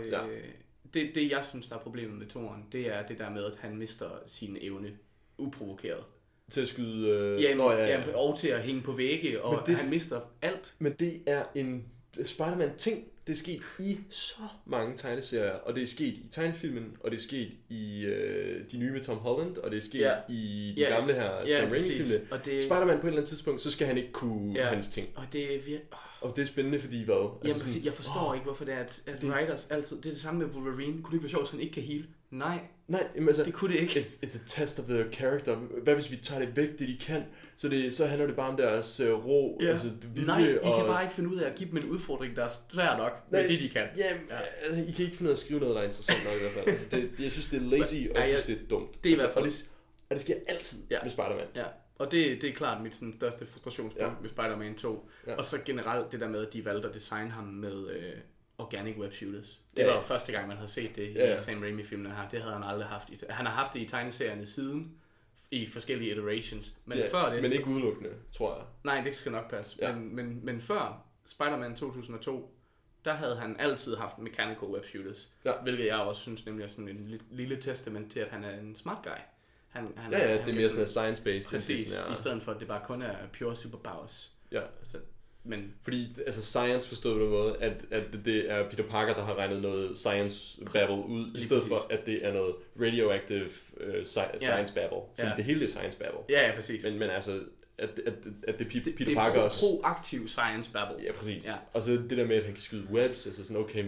det jeg synes, der er problemet med toeren, det er det der med, at han mister sin evne uprovokeret. Til at skyde... Ja, og til at hænge på vægge, og han mister alt. Men det er en Spider-Man-ting. Det er sket i så mange tegneserier, og det er sket i tegnefilmen, og det er sket i de nye med Tom Holland, og det er sket i de gamle her Sam Raimi-filmene. Spider-Man på et eller andet tidspunkt, så skal han ikke kunne hans ting. Og det er virkelig... Og det er spændende, fordi hvad? Jamen altså præcis, jeg forstår ikke, hvorfor det er, at writers altid... Det er det samme med Wolverine. Kunne det ikke være sjovt, at han ikke kan heal? Nej, altså, det kunne det ikke. It's a test of the character. Hvad hvis vi tager det væk, det de kan? Så handler det bare om deres ro, altså vilje. Nej, I kan bare ikke finde ud af at give dem en udfordring, der er svær nok med det, de kan. Altså, I kan ikke finde ud af at skrive noget, der er interessant nok i hvert fald. Altså, jeg synes, det er lazy, og jeg synes, det er dumt. Det er i hvert fald... Og det sker altid med Spider-Man. Ja. Og det er klart mit sådan, største frustrationspunkt med Spider-Man 2. Ja. Og så generelt det der med, at de valgte at designe ham med organic web shooters. Det var jo første gang, man havde set det i Sam Raimi-filmene her. Det havde han aldrig haft. Han har haft det i tegneserierne siden, i forskellige iterations. Men før det... Men ikke udelukkende, tror jeg. Nej, det skal nok passe. Ja. Men før Spider-Man 2002, der havde han altid haft mechanical web shooters. Ja. Hvilket jeg også synes nemlig er sådan en lille testament til, at han er en smart guy. Han det er mere sådan science-based. Præcis, i stedet for at det bare kun er pure superpowers. Ja. Altså, men... Fordi altså science forstået på den måde, at det er Peter Parker, der har regnet noget science babble ud, i stedet for at det er noget radioactive science babble. Fordi det hele er science babble. Ja, præcis. Men altså, at det er Peter Parker også... Det er proaktiv science babble. Ja, præcis. Ja. Og så det der med, at han kan skyde webs, altså sådan, okay,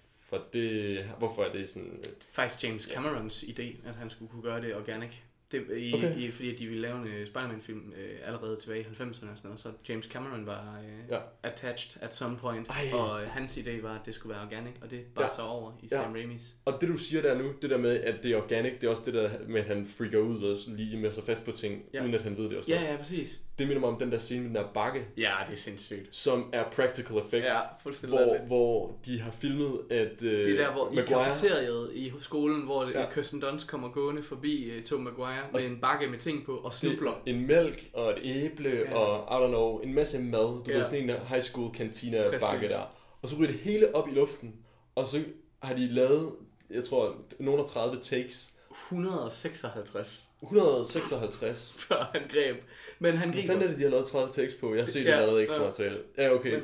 hvorfor er det sådan... Faktisk James Camerons idé, at han skulle kunne gøre det organic. Fordi de ville lave en Spider-Man-film allerede tilbage i 90'erne og sådan noget, så James Cameron var attached at some point, og hans idé var, at det skulle være organic, og det bare så over i Sam Raimis. Og det du siger der nu, det der med, at det er organic, det er også det der med, at han freaker ud og lige med sig fast på ting, uden at han ved det også. Ja, præcis. Det minder mig om den der scene med den der bakke. Ja, det er sindssygt. Som er practical effects, hvor de har filmet, at det der, hvor Maguire, i kafeteriet i skolen, hvor Kirsten Dunst kommer gående forbi Tobey Maguire med en bakke med ting på og snubler. En mælk og et æble og I don't know, en masse mad. Du ved, sådan en high school cantina bakke der. Og så ryger det hele op i luften, og så har de lavet, jeg tror, nogle af 30 takes. 156. Før han greb. Men han griber. Hvad fanden er det, de har lavet 30 takes på? Jeg har set det allerede ekstra materiale. Ja, okay.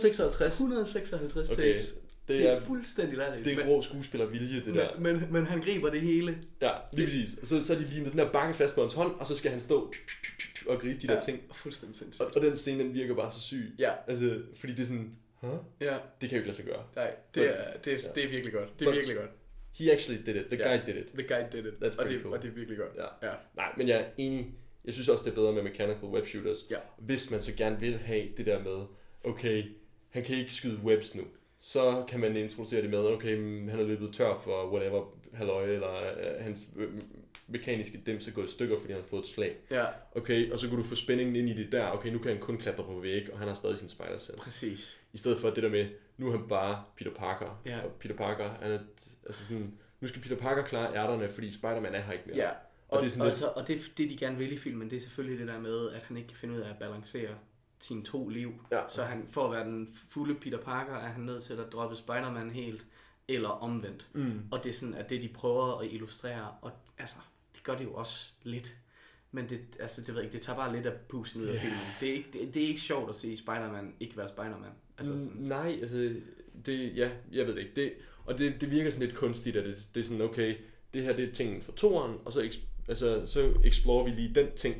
156 takes. Det er fuldstændig latterligt. Det er rå skuespillervilje, det der. Men han griber det hele. Ja, lige præcis. Så er de lige med den der bakke fast på hans hånd, og så skal han stå og gribe de der ting. Fuldstændig sindssygt. Og den scene, den virker bare så syg. Ja. Altså, fordi det er sådan, ja. Det kan jo ikke lade sig gøre. Nej, det er virkelig godt. Det er virkelig godt. He actually did it. The guy did it. The guy did it. That's pretty cool. Og det er virkelig godt. Ja. Nej, men jeg er enig. Jeg synes også, det er bedre med mechanical web shooters. Ja. Hvis man så gerne vil have det der med, okay, han kan ikke skyde webs nu. Så kan man introducere det med, okay, han er løbet tør for whatever halløj, eller hans mekaniske dims er gået i stykker, fordi han har fået et slag. Ja. Okay, og så kan du få spændingen ind i det der, okay, nu kan han kun klatre på væg, og han har stadig sin spider-sense. Præcis. I stedet for det der med, nu er han bare Peter Parker, og Peter Parker, han er, altså sådan, nu skal Peter Parker klare ærterne, fordi Spider-Man er her ikke mere. Ja. Og det de gerne vil i filmen, det er selvfølgelig det der med, at han ikke kan finde ud af at balancere sine 2 liv. Ja. Så han, for at være den fulde Peter Parker, er han nødt til at droppe Spider-Man helt, eller omvendt. Og det er sådan, at det de prøver at illustrere, og altså, det gør det jo også lidt. Men det, altså, det ved jeg ikke, det tager bare lidt af pusten ud af filmen. Det er ikke sjovt at se Spider-Man ikke være Spider-Man. Altså sådan. Nej, altså, jeg ved det ikke. Det virker sådan lidt kunstigt, at det er sådan, okay, det her det er tingen for toeren, og så explorer vi lige den ting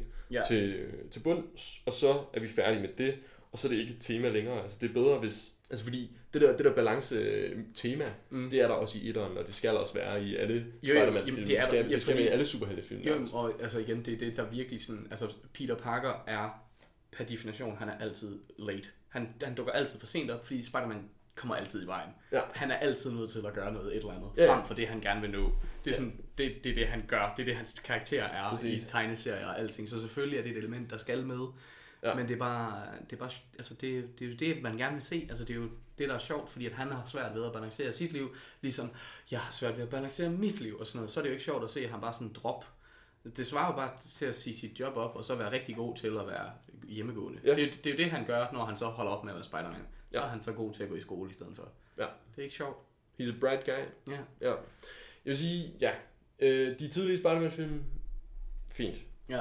til bunds, og så er vi færdige med det, og så er det ikke et tema længere. Altså, det er bedre, hvis... Altså, fordi det der balance-tema, det er der også i etteren, og det skal også være i alle Spider-Man-film. Det skal være i alle superheltefilm. Jo, og altså igen, det er det, der virkelig sådan... Altså, Peter Parker er per definition, han er altid late. Han dukker altid for sent op, fordi Spider-Man kommer altid i vejen. Ja. Han er altid nødt til at gøre noget et eller andet, frem for det, han gerne vil nå. Det er sådan, det er det, han gør. Det er det, hans karakter er. Præcis. I tegneserier og alting. Så selvfølgelig er det et element, der skal med. Ja. Men det er bare altså det er jo det, man gerne vil se. Altså det er jo det, der er sjovt, fordi at han har svært ved at balancere sit liv, ligesom jeg har svært ved at balancere mit liv og sådan noget. Så er det jo ikke sjovt at se ham bare sådan drop Det svarer jo bare til at sige sit job op, og så være rigtig god til at være hjemmegående. Ja. Det er jo det, han gør, når han så holder op med at være Spider-Man. Så Ja. er han så god til at gå i skole i stedet for. Ja. Det er ikke sjovt. He's a bright guy. Ja. Ja. Jeg vil sige, ja. De tidlige Spider-Man-film, fint. Ja.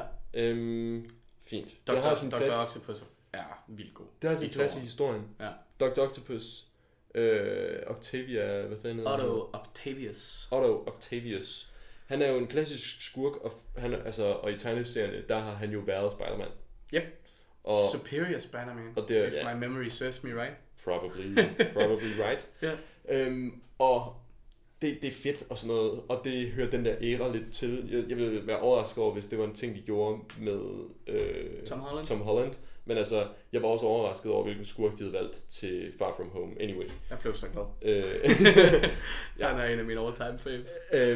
Fint. Dr. Det har sin plads. Octopus er vildt god. Det har sin plads i historien. Ja. Dr. Octopus, Octavia, hvad fanden hedder Otto Octavius. Octavius. Han er jo en klassisk skurk, og i tegneserierne, der har han jo været Spider-Man. Yep. Og Superior Spider-Man, og det er, if my memory serves me right. Probably right. Ja. Og det er fedt og sådan noget, og det hører den der æra lidt til. Jeg ville være overrasket over, hvis det var en ting, de gjorde med Tom Holland. Men altså, jeg var også overrasket over, hvilken skurk de havde valgt til Far From Home. Anyway. Jeg blev så glad. Han er en af mine all-time faves.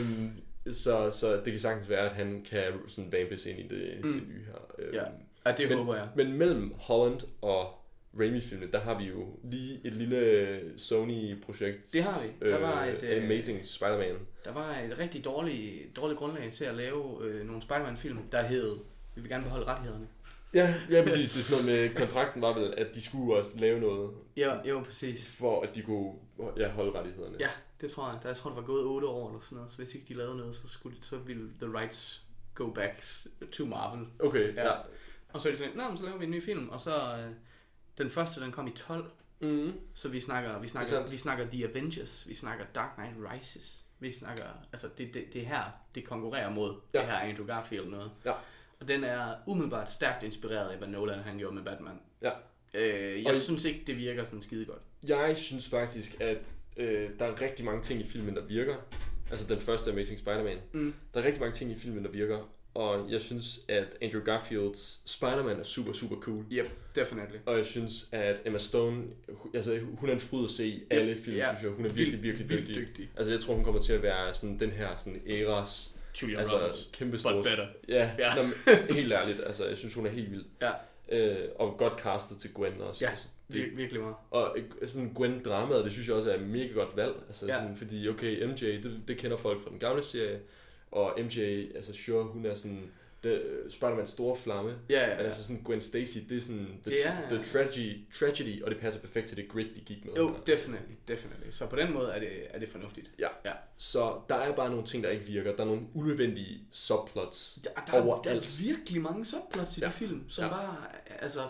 Så det kan sagtens være, at han kan sådan vampes ind i det nye her. Ja, det håber jeg. Men mellem Holland og Raimi-filmene, der har vi jo lige et lille Sony-projekt. Det har vi. Der var Amazing Spider-Man. Der var et rigtig dårligt grundlag til at lave nogle Spider-Man-film, der hed, vi vil gerne beholde rettighederne. Ja, præcis. Det er sådan noget med kontrakten var vel, at de skulle også lave noget. Jo, præcis. For at de kunne holde rettighederne. Ja, det tror jeg. Jeg tror, det var gået 8 år eller sådan noget, så hvis ikke de lavede noget, så ville the rights go back to Marvel. Okay, ja. Og så er de sådan, så laver vi en ny film, og så den første, den kom i 12. Så vi snakker The Avengers, vi snakker Dark Knight Rises, vi snakker, altså det her, det konkurrerer mod det her Andrew Garfield noget. Ja. Og den er umiddelbart stærkt inspireret af, hvad Nolan han gjorde med Batman. Ja. Jeg synes ikke, det virker sådan skide godt. Jeg synes faktisk, at der er rigtig mange ting i filmen, der virker. Altså den første Amazing Spider-Man. Der er rigtig mange ting i filmen, der virker. Og jeg synes, at Andrew Garfields Spider-Man er super, super cool. Yep, definitely. Og jeg synes, at Emma Stone, altså hun er en fryd at se i alle film, synes jeg. Hun er virkelig, virkelig dygtig. Altså jeg tror, hun kommer til at være sådan den her sådan æras, Julia altså Roberts, kæmpe but stor. better. Ja. Helt ærligt. Altså jeg synes, hun er helt vild. Ja. Og godt castet til Gwen også. Ja, altså, virkelig meget. Og sådan Gwen-dramaet, det synes jeg også er et mega godt valg. Altså sådan, fordi okay, MJ, det kender folk fra den gamle serie. Og MJ, altså sure, hun er sådan Spider-Mans store flamme. Men altså sådan Gwen Stacy, det er sådan the tragedy, og det passer perfekt til det grit, de gik med. Jo, definitely. Så på den måde er det fornuftigt. Ja. Så der er bare nogle ting, der ikke virker. Der er nogle unødvendige subplots overalt. Der er virkelig mange subplots i de film, som bare, altså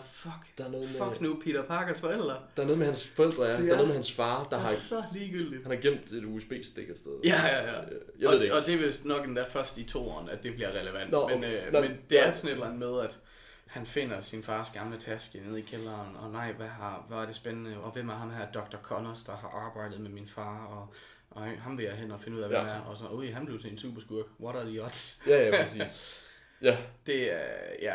fuck nu Peter Parkers forældre. Der er noget med hans forældre, der er noget med hans far, der har så ligegyldigt. Han har gemt et USB-stik et sted. Ja. Jeg ved det ikke. Og det er vist nok endda først i 2'eren, at det bliver relevant. Men det er sådan et eller andet med, at han finder sin fars gamle taske nede i kælderen, og nej, hvad er det spændende, og hvem er ham her, Dr. Connors, der har arbejdet med min far, og ham vil jeg hen og finde ud af, hvem er, og så, han blev til en superskurk, what are the odds? Ja, præcis. Ja. Det er,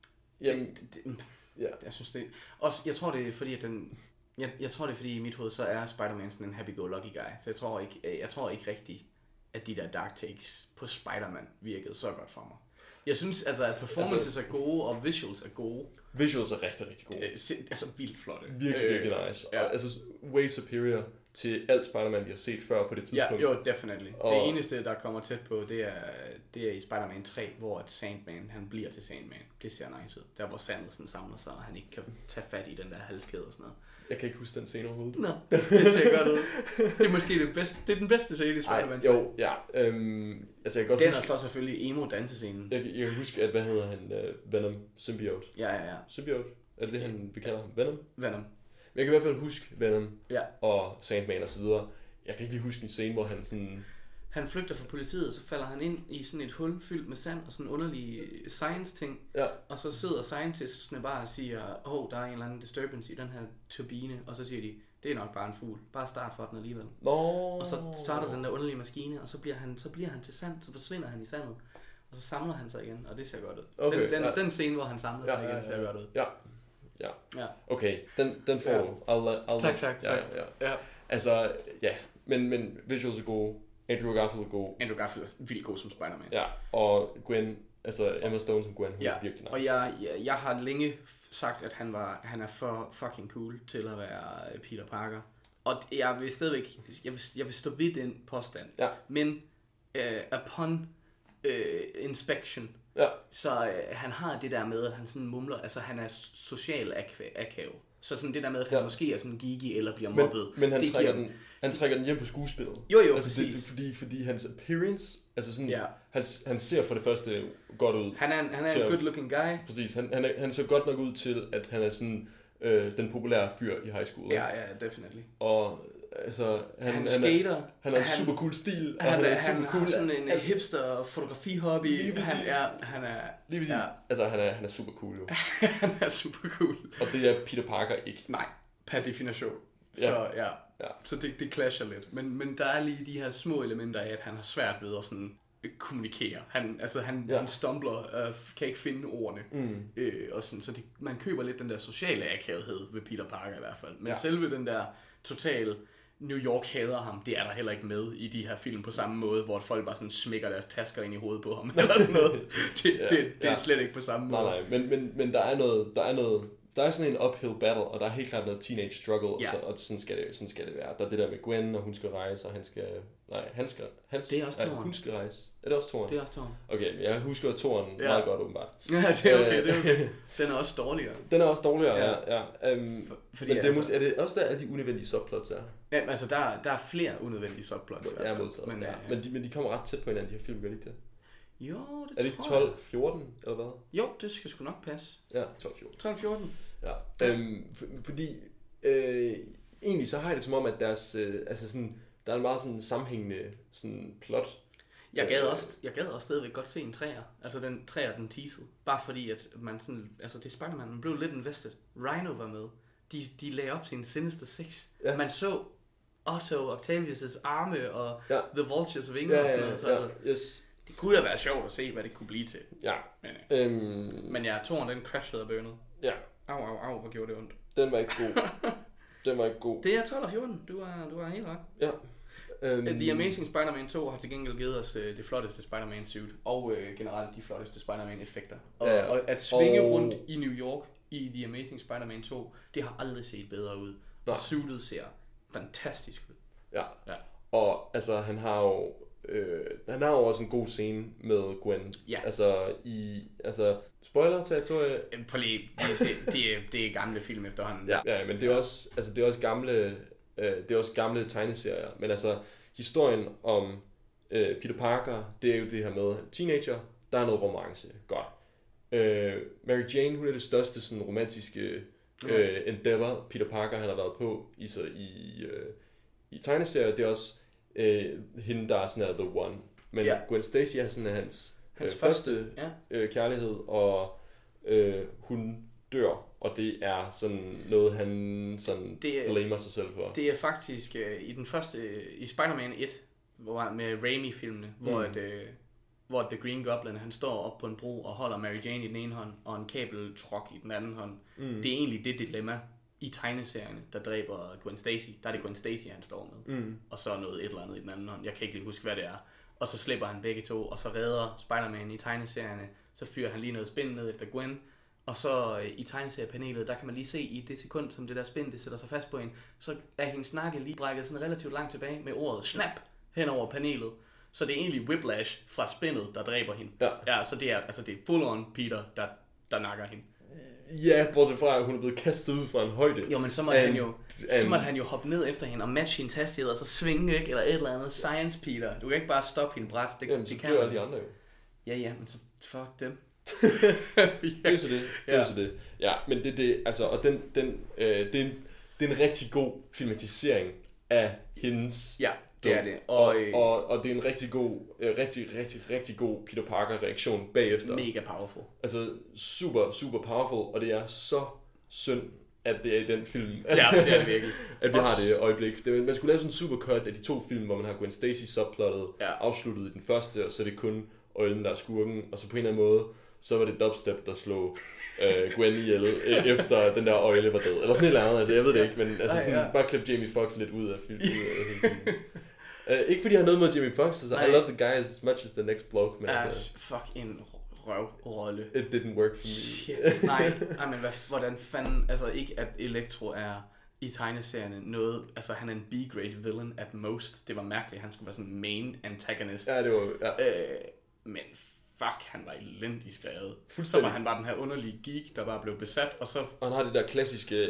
jeg synes det, også, jeg tror det er fordi, at jeg tror det er fordi i mit hoved, så er Spider-Man sådan en happy-go-lucky guy, så jeg tror ikke rigtigt, at de der dark takes på Spider-Man virkede så godt for mig. Jeg synes altså, at performances er gode, og visuals er gode. Visuals er rigtig, rigtig gode. Altså vildt flotte. Virkelig nice. Ja. Og, altså way superior til alt Spider-Man, vi har set før på det tidspunkt. Ja, jo, definitely. Det eneste, der kommer tæt på, det er i Spider-Man 3, hvor Sandman, han bliver til Sandman. Det ser nice ud. Der hvor Sanderson samler sig, og han ikke kan tage fat i den der halskæde og sådan noget. Jeg kan ikke huske den scene overhovedet. Nå, det ser godt ud. Det er måske det bedste. Det er den bedste scene i Spider-Man 3. Jo, ja. Altså, jeg kan godt den huske, er så selvfølgelig emo-dansescenen. Jeg kan huske, at hvad hedder han? Venom. Symbiote. Ja. Symbiote? Er det han, vi kalder ham? Venom? Venom. Men jeg kan i hvert fald huske Venom og Sandman og så videre. Jeg kan ikke lige huske en scene, hvor han sådan... Han flygter fra politiet, og så falder han ind i sådan et hul fyldt med sand og sådan en underlig science-ting. Ja. Og så sidder scientistsne bare og siger, der er en eller anden disturbance i den her turbine. Og så siger de, det er nok bare en fugl. Bare start for den alligevel. Og så starter den der underlige maskine, og så bliver han til sand, så forsvinder han i sandet. Og så samler han sig igen, og det ser godt ud. Okay, den scene, hvor han samler sig igen, ser godt ud. Ja. Okay, den får du. Tak. Ja. Altså, ja. Men visuals er gode. Andrew Garfield er god. Andrew Garfield er vildt god som Spider-Man. Ja, og Gwen, altså Emma Stone som Gwen, hun er virkelig nice. Og jeg har længe sagt, at han er for fucking cool til at være Peter Parker. Og jeg vil stadigvæk, jeg vil stå ved den påstand. Ja. Men upon inspection. Ja. Så han har det der med, at han sådan mumler, altså han er social akav. Så sådan det der med, at han måske er sådan geeky eller bliver mobbet. Men han trækker den hjem på skuespillet. Jo, altså præcis. Fordi hans appearance, altså sådan, ja. han ser for det første godt ud. Han er en good looking guy. Præcis, han ser godt nok ud til, at han er sådan den populære fyr i high school. Ja, definitely. Og altså, han skater. Han har en super cool stil. Han har sådan en hipster fotografi-hobby. Han er lige præcis. Ja. Altså, han er super cool jo. Han er super cool. Og det er Peter Parker ikke. Nej, per definition. Ja. Så så det clasher lidt. Men der er lige de her små elementer af, at han har svært ved at sådan kommunikere. Han stumbler, kan ikke finde ordene. Og sådan, så man køber lidt den der sociale akavethed ved Peter Parker i hvert fald. Men selve den der total New York hader ham, det er der heller ikke med i de her film på samme måde, hvor folk bare sådan smækker deres tasker ind i hovedet på ham, eller sådan noget. Det er slet ikke på samme måde. Nej, men der er sådan en uphill battle, og der er helt klart noget teenage struggle, og sådan skal det være. Der er det der med Gwen, og hun skal rejse, og han skal det er også hun skal rejse. Er det også toren? Det er også toren. Okay, men jeg husker toren meget godt åbenbart. Ja, det er okay. Den er også dårligere. Ja. Fordi men er det også der alle de unødvendige subplots er? Ja, altså der er flere unødvendige subplots i hvert fald. Men de kommer ret tæt på hinanden, de her film, gør de ikke det? Jo, det er det ikke 12, 14 eller hvad? Jo, det skal sgu nok passe. Ja, 12, 14. 12, 14. Ja. Fordi egentlig så har jeg det som om, at deres, altså sådan, der er en meget sådan sammenhængende sådan plot. Jeg gad også stadigvæk godt se en træer. Altså den træer, den teasede. Bare fordi, at man sådan, altså det Spider-Man, man blev lidt invested. Rhino var med. De lagde op til en Sinister Six. Ja. Man så Otto Octavius' arme og The Vultures vinger og sådan noget. Så altså, yes. Det kunne da være sjovt at se, hvad det kunne blive til. Ja. Men toren, den crashede og bøvnede. Ja. Au, hvor gjorde det ondt. Den var ikke god. Det er 12 og 14. Du har helt ret. Ja. The Amazing Spider-Man 2 har til gengæld givet os det flotteste Spider-Man suit, og generelt de flotteste Spider-Man effekter. Og at svinge rundt i New York i The Amazing Spider-Man 2, det har aldrig set bedre ud. Og suitet ser fantastisk ud. Ja. Og altså han har jo også en god scene med Gwen. Ja. Altså spoiler-territorie. Det er gamle film efterhånden. Ja, men det er også det er også gamle tegneserier, men altså historien om Peter Parker, det er jo det her med teenager, der er noget romance, godt. Mary Jane, hun er det største sådan romantiske endeavor Peter Parker han har været på i tegneserier. Det er også hende der er sådan er the one, men Gwen Stacy er sådan hans første kærlighed, og hun dør, og det er sådan noget, han sådan blamer sig selv for. Det er faktisk i den første, i Spider-Man 1, med Raimi-filmene, hvor The Green Goblin, han står op på en bro og holder Mary Jane i den ene hånd, og en kabeltruck i den anden hånd. Det er egentlig det dilemma i tegneserierne, der dræber Gwen Stacy. Der er det Gwen Stacy, han står med. Og så noget et eller andet i den anden hånd. Jeg kan ikke lige huske, hvad det er. Og så slipper han begge to, og så redder Spider-Man i tegneserierne. Så fyrer han lige noget spind ned efter Gwen. Og så i tegneseriepanelet, der kan man lige se i det sekund, som det der spind, det sætter sig fast på hende, så er hendes nakke lige brækket sådan relativt langt tilbage med ordet snap hen over panelet. Så det er egentlig whiplash fra spindet, der dræber hende. Ja, så det er full on Peter, der nakker hende. Ja, bortset fra, at hun er blevet kastet ud fra en højde. Jo, men så måtte han jo hoppe ned efter hende og matche hendes hastighed, og så svinge væk, eller et eller andet. Science Peter. Du kan ikke bare stoppe hende bræt. Det kan alle de andre jo. Ja, men så fuck dem. Det er så det. Ja, men det altså, og det er en rigtig god filmatisering af hendes. Ja, det er det. Og det er en rigtig god Peter Parker reaktion bagefter. Mega powerful. Altså super powerful, og det er så synd, at det er i den film. Ja, det er det virkelig. At vi har det øjeblik. Man skulle lave sådan en supercut af de to film, hvor man har Gwen Stacy subplottet afsluttet i den første, og så er det kun Øjlen, der er skurken, og så på en eller anden måde, så var det dubstep, der slog Gwen ihjel, efter den der øjle var død. Eller sådan et eller andet, altså jeg ved det ikke, men altså sådan, bare klippe Jamie Foxx lidt ud af filmen. Ikke fordi jeg har noget mod Jamie Foxx, altså I love the guy as much as the next bloke, men altså... Fuck en røvrolle. It didn't work for me. Shit, nej, men hvordan fanden, altså ikke at Electro er i tegneserierne noget, altså han er en B-grade villain at most. Det var mærkeligt, han skulle være sådan main antagonist. Ja, det var, Men fuck, han var elendig skrevet. Så var han bare den her underlige geek, der bare blev besat, og så... Og han har det der klassiske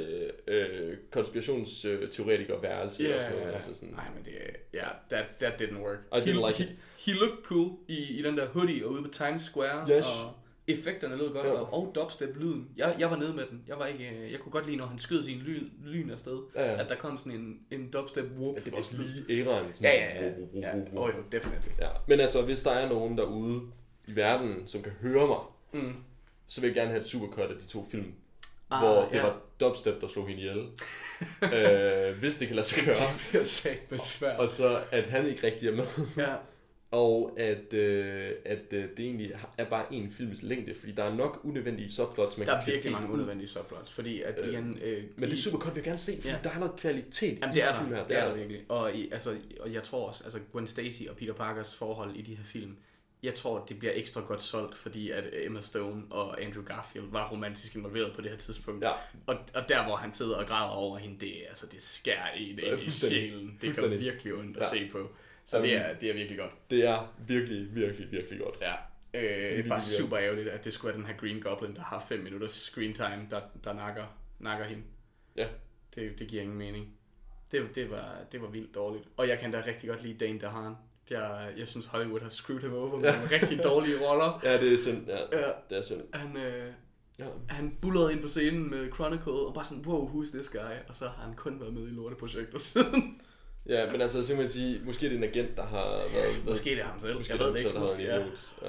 konspirationsteoretiker-værelse. Yeah. Altså sådan. Nej, men det... that didn't work. I didn't like it. He looked cool i den der hoodie og ude på Times Square, yes. og effekterne lød godt, og dubstep-lyden. Jeg var nede med den. Jeg kunne godt lide, når han skød sin lyn afsted, at der kom sådan en dubstep-whoop. Ja, det var også lige æraen. Ja. Jo, definitely. Ja. Men altså, hvis der er nogen derude i verden, som kan høre mig, så vil jeg gerne have et supercut af de 2 film, hvor det var dubstep, der slog hende ihjel. Hvis det kan lade sig gøre. Det bliver sagt med svært. Og så, at han ikke rigtig er med. Ja. Og at det egentlig er bare en films længde, fordi der er nok unødvendige subplots. Der er virkelig mange unødvendige subplots, fordi at igen... men det er super godt, vi kan gerne se, fordi der er noget kvalitet. Jamen, det er der. Det er der virkelig. Og jeg tror også, altså Gwen Stacy og Peter Parkers forhold i de her film, jeg tror, det bliver ekstra godt solgt, fordi at Emma Stone og Andrew Garfield var romantisk involveret på det her tidspunkt. Ja. Og der, hvor han sidder og græder over hende, det skærer ind i sjælen. Det gør virkelig ondt at se på. Så det er virkelig godt. Det er virkelig, virkelig, virkelig godt. Ja. Det er bare super ærgerligt, at det skulle være den her Green Goblin, der har 5 minutters screen time, der nakker hende. Ja. Det giver ingen mening. Det var vildt dårligt. Og jeg kan da rigtig godt lide Dane DeHaan. Jeg synes, Hollywood har screwed ham over med nogle rigtig dårlige roller. Ja, det er synd. Ja. Det er synd. Han bullerede ind på scenen med Chronicle, og bare sådan, wow, who's this guy? Og så har han kun været med i lorteprojekter siden. Ja, men altså simpelthen sige, måske det er en agent, der har været... Måske det er ham selv. Jeg ved det ikke. Måske, ja.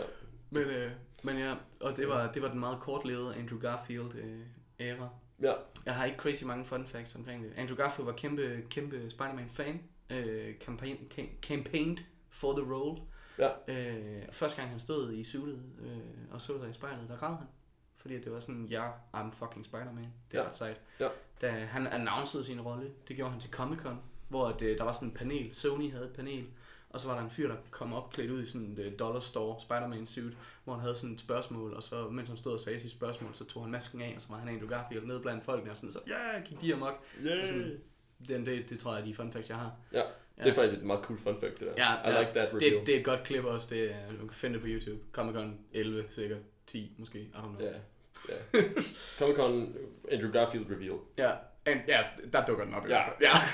Men ja, og det var den meget kortlevede Andrew Garfield æra. Ja. Jeg har ikke crazy mange fun facts omkring det. Andrew Garfield var kæmpe Spider-Man-fan. Campaigned for the role. Ja. Første gang han stod i suitet og så sig i spejlet, der græd han. Fordi det var sådan, I'm fucking Spider-Man. Det er ret sejt. Ja. Da han annoncerede sin rolle, det gjorde han til Comic-Con, hvor der var sådan en panel, Sony havde et panel, og så var der en fyr, der kom op klædt ud i sådan et dollar store Spider-Man suit, hvor han havde sådan et spørgsmål, og så mens han stod og sagde sit spørgsmål, så tog han masken af, og så var han Andrew Garfield ned blandt folkene, og sådan så, gik de amok. Så sådan, det tror jeg, de fun facts, jeg har. Ja. Det er faktisk et meget cool fun fact, det der. Ja, I like that reveal. Det er et godt klip også, du kan finde det på YouTube. Comic-Con 11, sikkert 10 måske, I don't know. Ja. Comic-Con Andrew Garfield reveal. Ja, der dukker den op i hvert fald. Ja.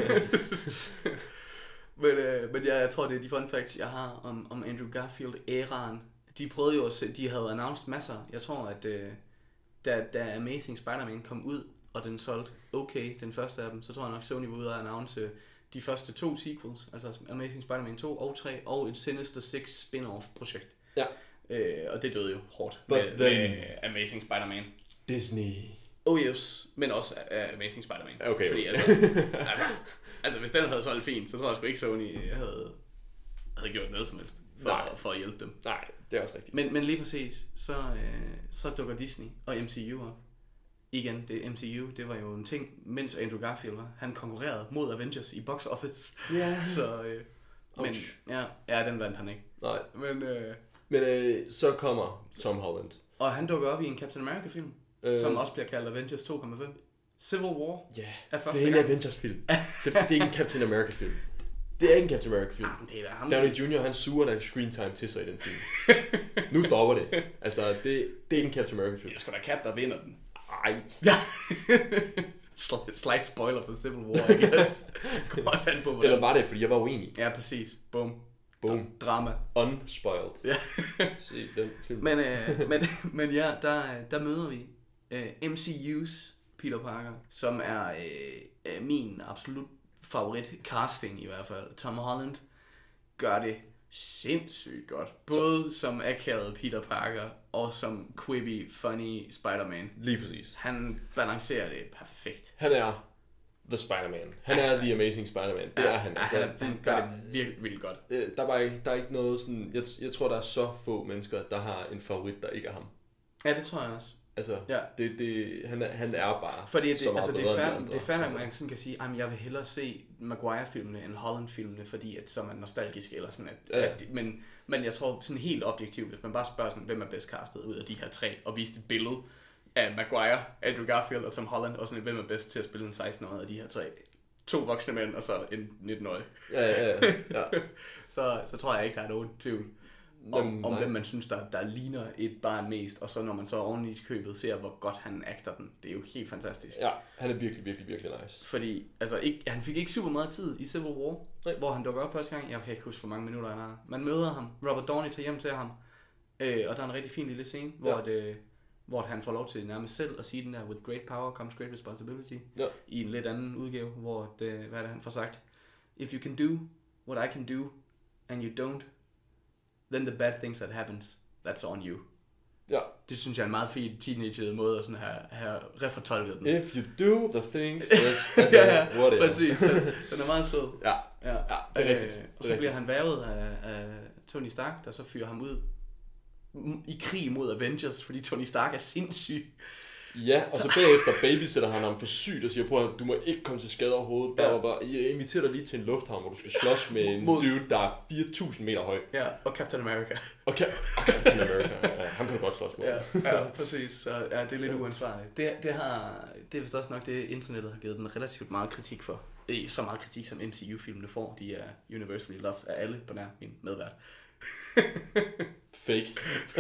Men jeg tror, det er de fun facts, jeg har om Andrew Garfield-æraen. De prøvede jo de havde announced masser. Jeg tror, at da Amazing Spider-Man kom ud, og den solgte okay, den første af dem, så tror jeg nok, Sony var ude og announce de første 2 sequels, altså Amazing Spider-Man 2 og 3, og et Sinister Six spin-off projekt. Ja. Og det døde jo hårdt med Amazing Spider-Man. Disney. Oh yes, men også Amazing Spider-Man. Okay. Fordi altså hvis den havde solgt fint, så tror jeg sgu ikke Sony havde gjort noget som helst for at hjælpe dem. Nej, det er også rigtigt. Men lige præcis, så dukker Disney og MCU op. Igen, det MCU, det var jo en ting, mens Andrew Garfield var. Han konkurrerede mod Avengers i box office. Ja. Yeah. Så, men den vandt han ikke. Nej. Men så kommer Tom Holland. Og han dukker op i en Captain America film, som også bliver kaldt Avengers 2,5. Civil War. Ja, det er en Avengers film. Det er ikke en Captain America film. Det er ikke en Captain America film. Det er ham. Downey Jr. han suger der screen time til sig i den film. Nu stopper det. Altså, det er ikke en Captain America film. Det er sgu da Cap, der vinder den. Ej. Slight spoiler for Civil War, I guess. Også an på, eller var det, fordi jeg var uenig? Ja, præcis. Boom. Drama. Unspoiled. Ja. Se den film. Men ja, der møder vi MCU's Peter Parker, som er min absolut favorit casting i hvert fald. Tom Holland gør det sindssygt godt. Både som akavet Peter Parker og som quippy, funny Spider-Man. Lige præcis. Han balancerer det perfekt. Han er The Spider-Man. Han er The Amazing Spider-Man. Det er han. Altså, han gør det virkelig, virkelig godt. Der er ikke noget sådan... Jeg tror, der er så få mennesker, der har en favorit, der ikke er ham. Ja, det tror jeg også. Altså, han er bare... Fordi det er færdigt, at man sådan kan sige, at jeg vil hellere se Maguire-filmene end Holland-filmene, fordi at så er man nostalgisk eller sådan. Men jeg tror sådan helt objektivt, hvis man bare spørger sådan, hvem er bedst castet ud af de her 3, og viste et billede af Maguire, Andrew Garfield og Tom Holland, og sådan, hvem er bedst til at spille en 16-årig af de her 3. 2 voksne mænd, og så en 19-årig. Ja. Så tror jeg ikke, der er nogen tvivl. om hvem man synes, der ligner et barn mest, og så når man så oven i købet ser, hvor godt han acter den. Det er jo helt fantastisk. Ja, han er virkelig, virkelig, virkelig nice. Fordi, altså, han fik ikke super meget tid i Civil War, hvor han dukker op første gang. Jeg kan ikke huske, hvor mange minutter han har. Man møder ham, Robert Downey tager hjem til ham, og der er en rigtig fin lille scene, hvor han får lov til nærmest selv at sige den der, with great power comes great responsibility, i en lidt anden udgave, hvor hvad er det, han får sagt? If you can do what I can do, and you don't, then the bad things that happens, that's on you. Ja. Det synes jeg er en meget fin teenage måde at sådan have refortolket den. If you do the things, ja, præcis. Den er meget sød. Ja, det er rigtigt. Og så bliver han værvet af Tony Stark, der så fyrer ham ud i krig mod Avengers, fordi Tony Stark er sindssyg. Ja, og så bagefter babysætter han ham for sygt og siger, prøv at du må ikke komme til skade overhovedet. Jeg inviterer dig lige til en lufthavn, hvor du skal slås med en dude, der er 4.000 meter høj. Ja, og Captain America. Og Captain America, ja, han kan du godt slås med. Ja, præcis. Så ja, det er lidt uansvarligt. Det er vist også nok det, internettet har givet den relativt meget kritik for. Ikke så meget kritik, som MCU-filmene får. De er universally loved af alle på nær min medvært. Fake.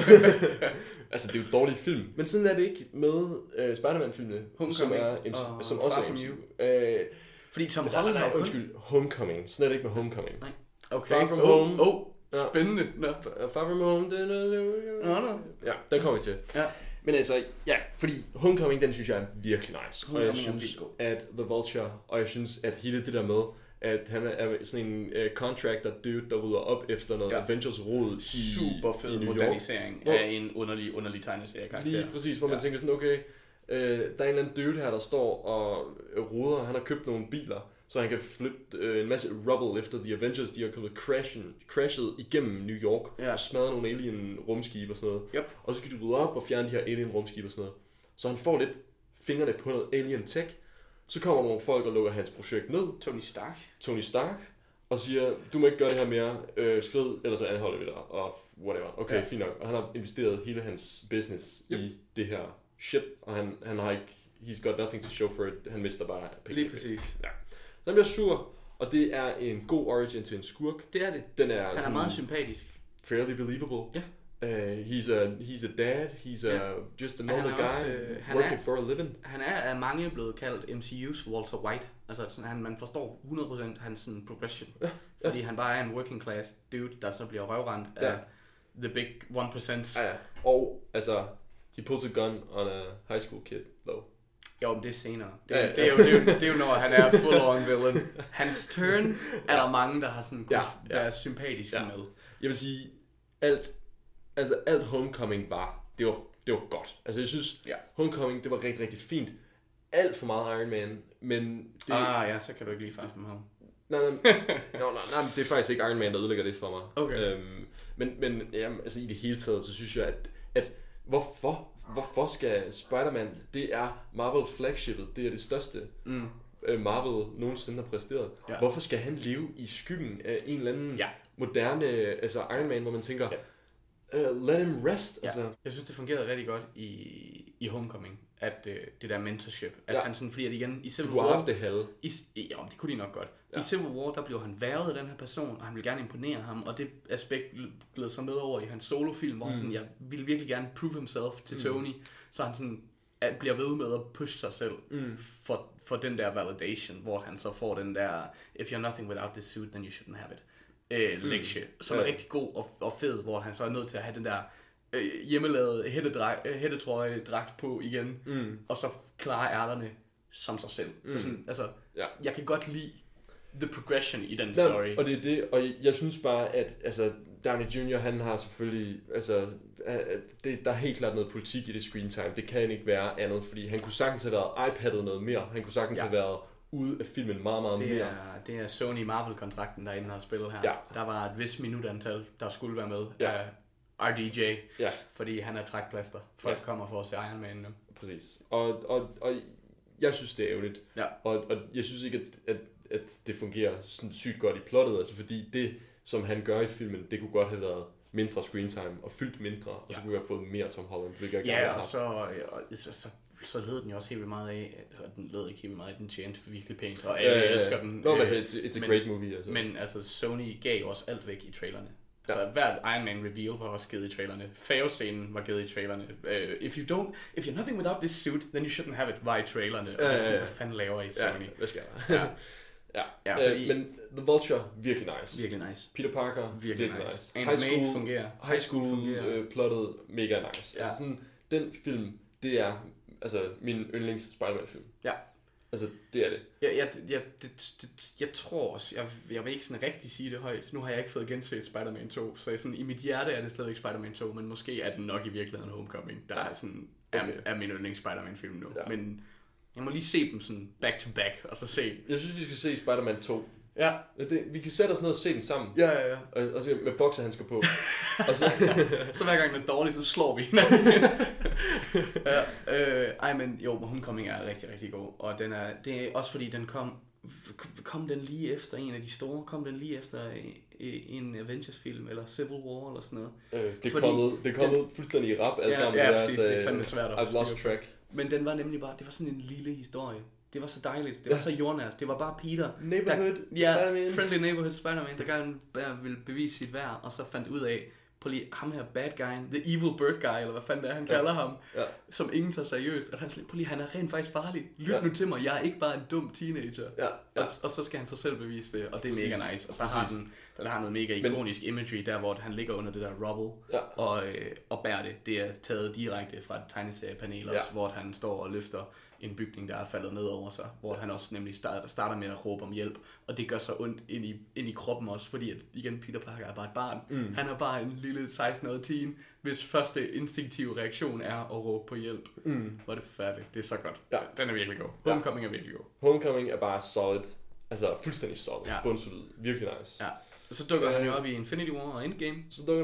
Altså det er jo dårlige film. Men sådan er det ikke med Spider-Man-filmene, som er som også er MCU. Fordi Tom Holland har Homecoming. Sådan er det ikke med Homecoming. Nej. Okay. Far From Home. Spændende. Far From Home. Ja, den kommer vi til. Ja. Men altså, ja, fordi Homecoming, den synes jeg er virkelig nice. Og jeg synes, at The Vulture, og jeg synes, at hele det der med, at han er sådan en contractor dude, der rydder op efter noget Avengers-rod super fed modernisering af en underlig tegneserie-karakter. Lige præcis, hvor man tænker sådan, okay, der er en eller anden dude her, der står og roder. Han har købt nogle biler, så han kan flytte en masse rubble efter The Avengers. De har kommet crashet igennem New York og smadret nogle alien-rumskibe og sådan noget. Yep. Og så skal de rydde op og fjerne de her alien-rumskibe og sådan noget. Så han får lidt fingrene på noget alien-tech. Så kommer nogle folk og lukker hans projekt ned. Tony Stark. Og siger, du må ikke gøre det her mere. Skrid, ellers så anholder vi dig. Og whatever. Okay, fint nok. Og han har investeret hele hans business i det her shit. Og han har ikke, he's got nothing to show for it. Han mister bare penge. Lige præcis. Ja. Så han bliver sur. Og det er en god origin til en skurk. Det er det. Han er meget sympatisk. Fairly believable. Ja. He's a dad, just a normal guy working for a living. Han er af mange blevet kaldt MCU's Walter White. Altså sådan, man forstår 100% hans sådan, progression. Fordi han bare er en working class dude, der så bliver røvrendt af the big 1%. Ja. Og altså, he pulls a gun on a high school kid, though. Jo, men det er senere. Det er jo når han er full on villain. Hans turn er der mange, der har sådan kunne være sympatiske med. Jeg vil sige, alt Homecoming det var godt. Altså jeg synes, Homecoming, det var rigtig, rigtig fint. Alt for meget Iron Man, men det... så kan du ikke lide Far From Home. Nej, det er faktisk ikke Iron Man, der ødelægger det for mig. Okay. Men altså i det hele taget, så synes jeg, at hvorfor skal Spider-Man, det er Marvel flagshipet, det er det største Marvel nogensinde har præsteret. Ja. Hvorfor skal han leve i skyggen af en eller anden moderne, altså Iron Man, hvor man tænker... let him rest. Ja. Altså. Jeg synes, det fungerede rigtig godt i Homecoming, at det der mentorship, at han sådan, fordi at igen, i Civil War... Du har haft det halve. Det kunne de nok godt. Ja. I Civil War, der blev han værvet af den her person, og han ville gerne imponere ham, og det aspekt blev så med over i hans solofilm, hvor han sådan, jeg ville virkelig gerne prove himself til Tony, så han sådan bliver ved med at pushe sig selv for den der validation, hvor han så får den der, if you're nothing without this suit, then you shouldn't have it. Lektie, som er rigtig god og fed, hvor han så er nødt til at have den der hjemmelavede hættetrøje-dragt på igen, og så klare ærterne som sig selv. Så sådan, altså, jeg kan godt lide the progression i den story. Og det er det, og jeg synes bare, at altså, Downey Jr., han har selvfølgelig, altså, der er helt klart noget politik i det screen time. Det kan ikke være andet, fordi han kunne sagtens have været iPad'et noget mere. Han kunne sagtens have været ude af filmen meget, meget mere. Det er Sony Marvel-kontrakten, der er inde og spillet her. Ja. Der var et vis minutantal, der skulle være med af RDJ, fordi han er trækplaster. Folk kommer for at se Iron Man nu. Præcis. Og jeg synes, det er ærgerligt. Ja. Og jeg synes ikke, at det fungerer sådan sygt godt i plottet, altså fordi det, som han gør i filmen, det kunne godt have været mindre screen time og fyldt mindre, og så kunne vi have fået mere Tom Holland. Så led den jo også helt vildt meget af, og den led ikke helt vildt meget af, den tjente virkelig pænt, og alle elsker den. It's a great movie. Altså. Men altså, Sony gav også alt væk i trailerne. Ja. Så hvert Iron Man reveal var også givet i trailerne. Fao-scenen var givet i trailerne. If you're nothing without this suit, then you shouldn't have it, var i trailerne. Og hvad fanden laver I, Sony? Ja, hvad sker der? Men The Vulture, virkelig nice. Virkelig nice. Peter Parker, virkelig nice. High School plottet, mega nice. Ja. Altså sådan, den film, det er altså min yndlings Spider-Man-film. Ja. Altså, det er det. Jeg tror også, jeg vil ikke sådan rigtig sige det højt. Nu har jeg ikke fået genset Spider-Man 2, så sådan, i mit hjerte er det stadigvæk Spider-Man 2, men måske er det nok i virkeligheden Homecoming, der er sådan, er min yndlings Spider-Man-film nu. Ja. Men jeg må lige se dem sådan back to back, og så se. Jeg synes, vi skal se Spider-Man 2. Ja. Vi kan sætte os ned og se den sammen. Ja. Og så med bokserhandsker på. Og så hver gang den er dårlig, så slår vi. Men Homecoming er rigtig, rigtig god. Og det er også fordi, den kom den lige efter en af de store? Kom den lige efter en Avengers-film, eller Civil War, eller sådan noget? Det er kommet fuldstændig i rap alle sammen. Ja, præcis. Det er fandme svært at I've lost track. Men den var nemlig bare, det var sådan en lille historie. Det var så dejligt. Det var så jordnært. Det var bare Peter. Neighborhood Spider-Man. Friendly neighborhood Spider-Man, der gerne ville bevise sit værd, og så fandt ud af, på lige ham her bad guy, the evil bird guy, eller hvad fanden det er, han kalder ham, som ingen tager seriøst. Og han er rent faktisk farlig. Lyt nu til mig, jeg er ikke bare en dum teenager. Og så skal han sig selv bevise det, og det er mega nice. Og så har den har noget mega ikonisk imagery, der hvor han ligger under det der rubble, og bærer det. Det er taget direkte fra et tegneseriepanel også, hvor han står og løfter en bygning, der er faldet ned over sig, hvor han også nemlig starter med at råbe om hjælp, og det gør så ondt ind i kroppen også, fordi at, igen, Peter Parker er bare et barn. Han er bare en lille 16-årig teen, hvis første instinktive reaktion er at råbe på hjælp. Hvor er det forfærdeligt. Det er så godt. Ja. Den er virkelig god. Homecoming er virkelig god. Homecoming er bare solid. Altså fuldstændig solid. Bundsolid. Virkelig nice. Ja. Og så dukker han jo op i Infinity War og Endgame.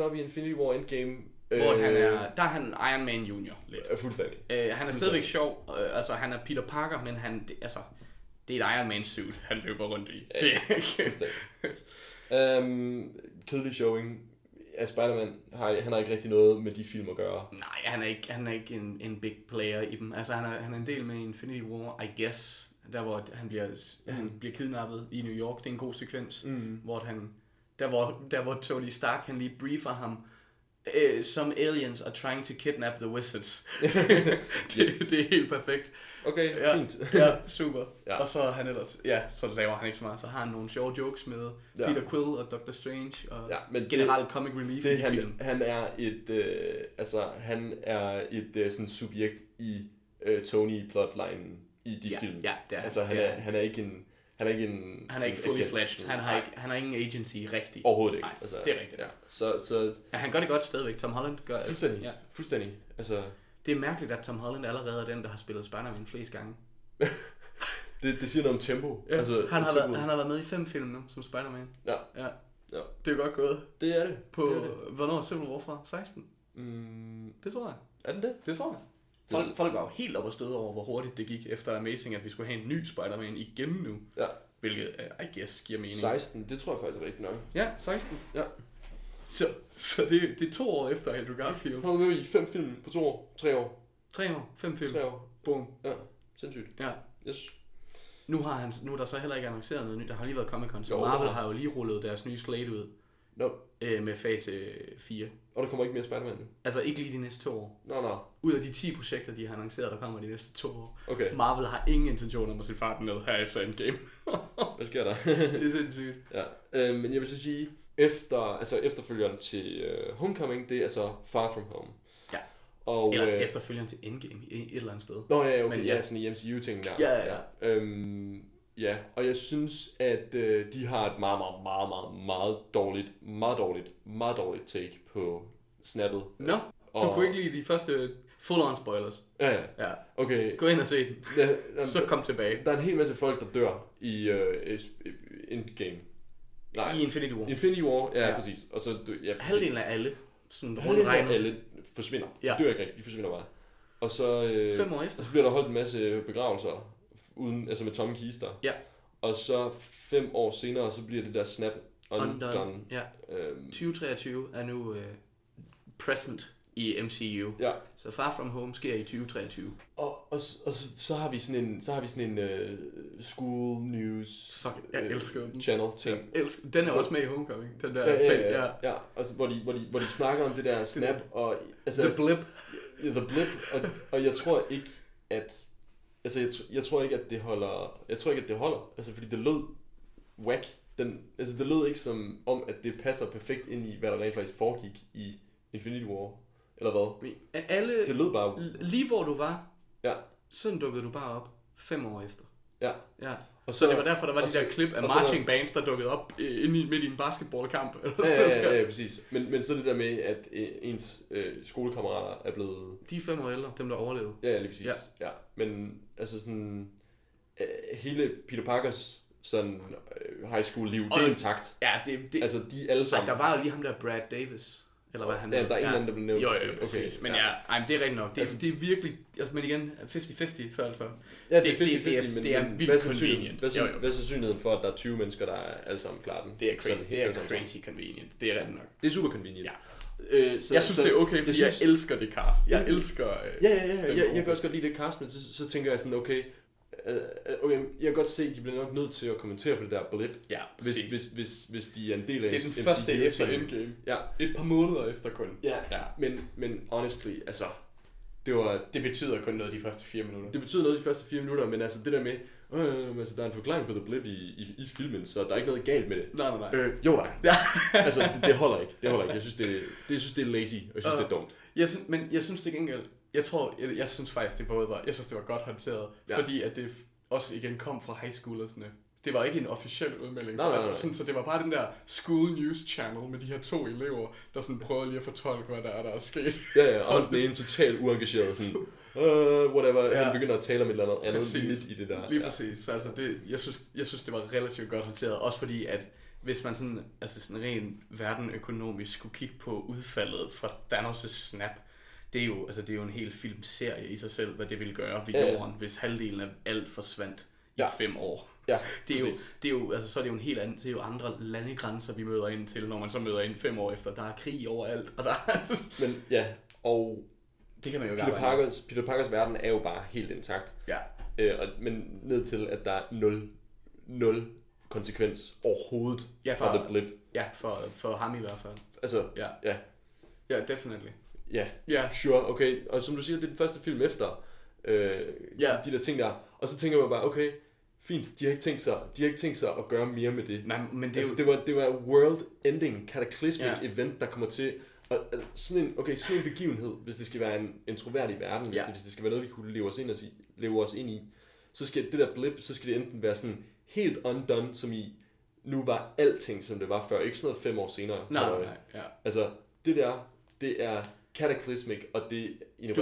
Hvor der er han Iron Man Junior lidt. Fuldstændig. Han er stadigvæk sjov. Altså han er Peter Parker, men det er et Iron Man suit, han løber rundt i. Det er ikke. Kedelig showing af Spider-Man. Han har ikke rigtig noget med de film at gøre. Nej, han er ikke en big player i dem. Altså han er en del med Infinity War, I guess. Der hvor han bliver kidnappet i New York. Det er en god sekvens, hvor Tony Stark han lige briefer ham. Some aliens are trying to kidnap the wizards. det er helt perfekt. Okay, fint. Ja, super. Ja. Og så han ellers, så laver han ikke så meget. Så har han nogle sjove jokes med Peter Quill og Doctor Strange og generelt comic relief i filmen. Han er et sådan subjekt i Tony plotline i de film. Ja, det er. Altså han er ikke en han er ikke fully fledged. Han har ingen agency rigtig. Overhovedet ikke. Nej, altså, det er rigtigt. Ja. Så han gør det godt stadigvæk. Tom Holland gør det. Fuldstændig. Altså det er mærkeligt, at Tom Holland allerede er den, der har spillet Spider-Man flest gange. det siger noget om tempo. Ja. Altså, han har været med i 5 film nu som Spider-Man. Ja. Det er godt gået. Det er det. Hvornår er Civil War fra? 16? Det tror jeg. Er den det? Det tror jeg. Folk var jo helt op og støde over, hvor hurtigt det gik efter Amazing, at vi skulle have en ny Spider-Man igen nu. Ja. Hvilket, I guess, giver mening. 16, det tror jeg faktisk er rigtigt nok. Ja, 16. Ja. Så det er 2 år efter Andrew Garfield. Han har været med i 5 film på 2 år. 3 år. 3 år. 5 film. 3 år. Boom. Ja, sindssygt. Ja. Yes. Nu er der så heller ikke annonceret noget nyt. Der har lige været Comic-Con, så Marvel har jo lige rullet deres nye slate ud. Med fase 4. Og der kommer ikke mere Spider-Man nu? Altså ikke lige de næste 2 år. Nå. Ud af de 10 projekter, de har annonceret, der kommer de næste 2 år. Okay. Marvel har ingen intention om at se farten ned her efter Endgame. Hvad sker der? Det er sindssygt. Ja. Men jeg vil så sige, efterfølgeren til Homecoming, det er så Far From Home. Ja. Og, eller efterfølgeren til Endgame et eller andet sted. Nå ja, okay. Men, ja, sådan i MCU-ting der. Ja. Ja, og jeg synes, at de har et meget dårligt take på snappet. Nå, du kunne ikke lide de første full-on spoilers. Ja. Okay. Gå ind og se den. Så kom tilbage. Der er en hel masse folk, der dør i Endgame. Nej. I Infinity War. Infinity War, ja. Præcis. Og så, halvdelen af alle. Halvdelen af alle forsvinder. Ja. De dør ikke rigtigt, de forsvinder bare. Og så 5 år efter. Så bliver der holdt en masse begravelser. Altså med tomme kister. Ja. Og så 5 år senere, så bliver det der snap undone. Ja. 2023 er nu present i MCU. Ja. Så Far From Home sker i 2023. Og så har vi sådan en school news Fuck, jeg elsker den. channel ting. Den er også med i Homecoming. Den der Ja. Altså, hvor de snakker om det der snap og altså The Blip. The Blip og jeg tror ikke at altså jeg tror ikke at det holder. Jeg tror ikke at det holder. Altså fordi det lød whack. Altså det lød ikke som om at det passer perfekt ind i hvad der rent faktisk foregik i Infinity War eller hvad. Det lød bare lige hvor du var. Ja. Sådan dukkede du bare op 5 år efter. Ja. Ja. Og så det var derfor der var de der klip af marching bands der dukkede op midt i en basketballkamp eller sådan. Ja, præcis. Men så det der med at ens skolekammerater er blevet de er 5 år ældre, dem der overlevede. Ja, lige præcis. Ja. Men altså sådan hele Peter Parkers sådan high school liv, det er intakt. Ja, det altså de alle sammen. Der var jo lige ham der Brad Davis. Eller hvad han der er en anden, der blev nævnt. Jo, præcis. Okay, men det er rigtigt nok. Det er virkelig, altså, men igen, 50-50, så altså. Ja, det er 50-50, men det er vildt convenient. Hvad er sandsynligheden for, at der er 20 mennesker, der alle sammen klarer den? Det er crazy, det er crazy convenient. Det er rigtigt nok. Det er super convenient. Ja. Jeg synes, det er okay, fordi jeg elsker det cast. Jeg elsker jeg kan også godt lide det cast, men så tænker jeg sådan, okay, jeg kan godt se, at de bliver nok nødt til at kommentere på det der blip, hvis de er en del af det er den første efter Endgame. Ja. Et par måneder efter kun. Ja. Men honestly, altså det betyder kun noget de første 4 minutter. Det betyder noget de første 4 minutter, men altså det der med altså der er en forklaring på The Blip i filmen, så der er ikke noget galt med det. Nej. Jo nej. Altså det holder ikke. Jeg synes det er lazy, og jeg synes det er dumt. Men jeg synes det gengæld. Jeg synes faktisk det både var. Jeg synes det var godt håndteret, fordi at det også igen kom fra high schoolersne. Det var ikke en officiel udmelding. Nej. Sådan, så det var bare den der school news channel med de her 2 elever, der sådan prøvede lige at fortolke, hvad der er sket. Ja, og den ene totalt uengageret, sådan, whatever, han begynder at tale om et eller andet midt i det der. Lige præcis. Så altså, jeg synes, det var relativt godt håndteret, også fordi, at hvis man sådan rent verdenøkonomisk skulle kigge på udfaldet fra Thanos' snap, det er jo en hel filmserie i sig selv, hvad det ville gøre ved jorden, hvis halvdelen af alt forsvandt i 5 år. Ja, det er jo altså så er det jo en helt anden, det er jo andre landegrænser vi møder ind til, når man så møder ind 5 år efter, der er krig overalt, og der er men og det kan man jo Peter Parkers verden er jo bare helt intakt. Ja. Men ned til at der er 0 konsekvens overhovedet fra The Blip. Ja, for ham i hvert fald. Altså, ja, definitely. Ja, sure, okay. Og som du siger, det er den første film efter de der ting der. Og så tænker man bare, okay, fint, de har ikke tænkt sig at gøre mere med det. Nej, men det var world-ending, cataclysmic event, der kommer til. Og sådan en begivenhed, hvis det skal være en troværdig verden, hvis det skal være noget, vi kunne leve os ind i, så skal det der blip, så skal det enten være sådan helt undone, som i nu var alting, som det var før. Ikke sådan noget 5 år senere. Nej. Altså, det er cataclysmic, og det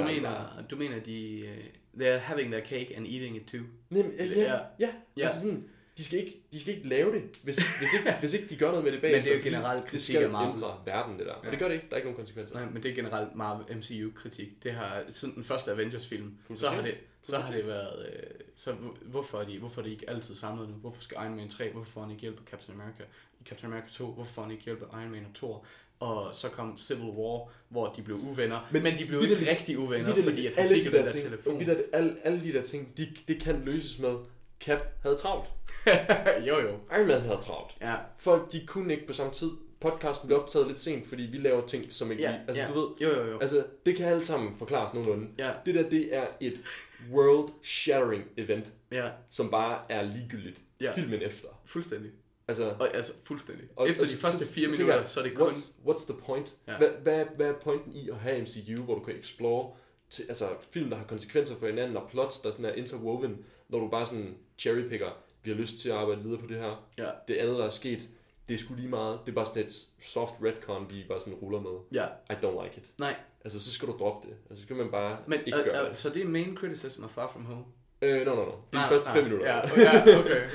du mener they're having their cake and eating it too. Ja. Altså sådan, de skal ikke lave det, hvis ikke de gør noget med det bag. Men det er jo generelt kritik af Marvel. Det skal ændre verden, det der. Men det gør det ikke. Der er ikke nogen konsekvenser. Nej, men det er generelt Marvel MCU-kritik. Det har siden den første Avengers-film, så har det været. Så hvorfor er de ikke altid samlet nu? Hvorfor skal Iron Man 3? Hvorfor får han ikke hjælp af Captain America? I Captain America 2, hvorfor får han ikke hjælp af Iron Man og Thor? Og så kom Civil War, hvor de blev uvenner. Men de blev ikke rigtig uvenner, fordi at han fik den der telefon. Alle de der ting, det kan løses med Cap havde travlt. jo. Iron Man havde travlt. Ja. Folk, de kunne ikke på samme tid. Podcasten blev optaget lidt sent, fordi vi laver ting, som ikke du ved. Jo. Altså, det kan alle sammen forklares nogenlunde. Ja. Det er et world-shattering event, som bare er ligegyldigt. Filmen efter. Fuldstændig. Altså fuldstændig. Efter de første 4 minutter, så er det kun... What's the point? Ja. Hvad er pointen i at have MCU, hvor du kan explore film, der har konsekvenser for hinanden, og plots, der sådan er interwoven, når du bare sådan cherrypicker, vi har lyst til at arbejde videre på det her. Ja. Det andet, der er sket, det er sgu lige meget. Det er bare sådan et soft retcon, vi bare sådan ruller med. Ja. I don't like it. Nej. Altså, så skal du droppe det. Altså, så skal man bare ikke gøre det. Så det er main criticism of Far From Home? No. Det er de første 5 minutter. Ja, okay,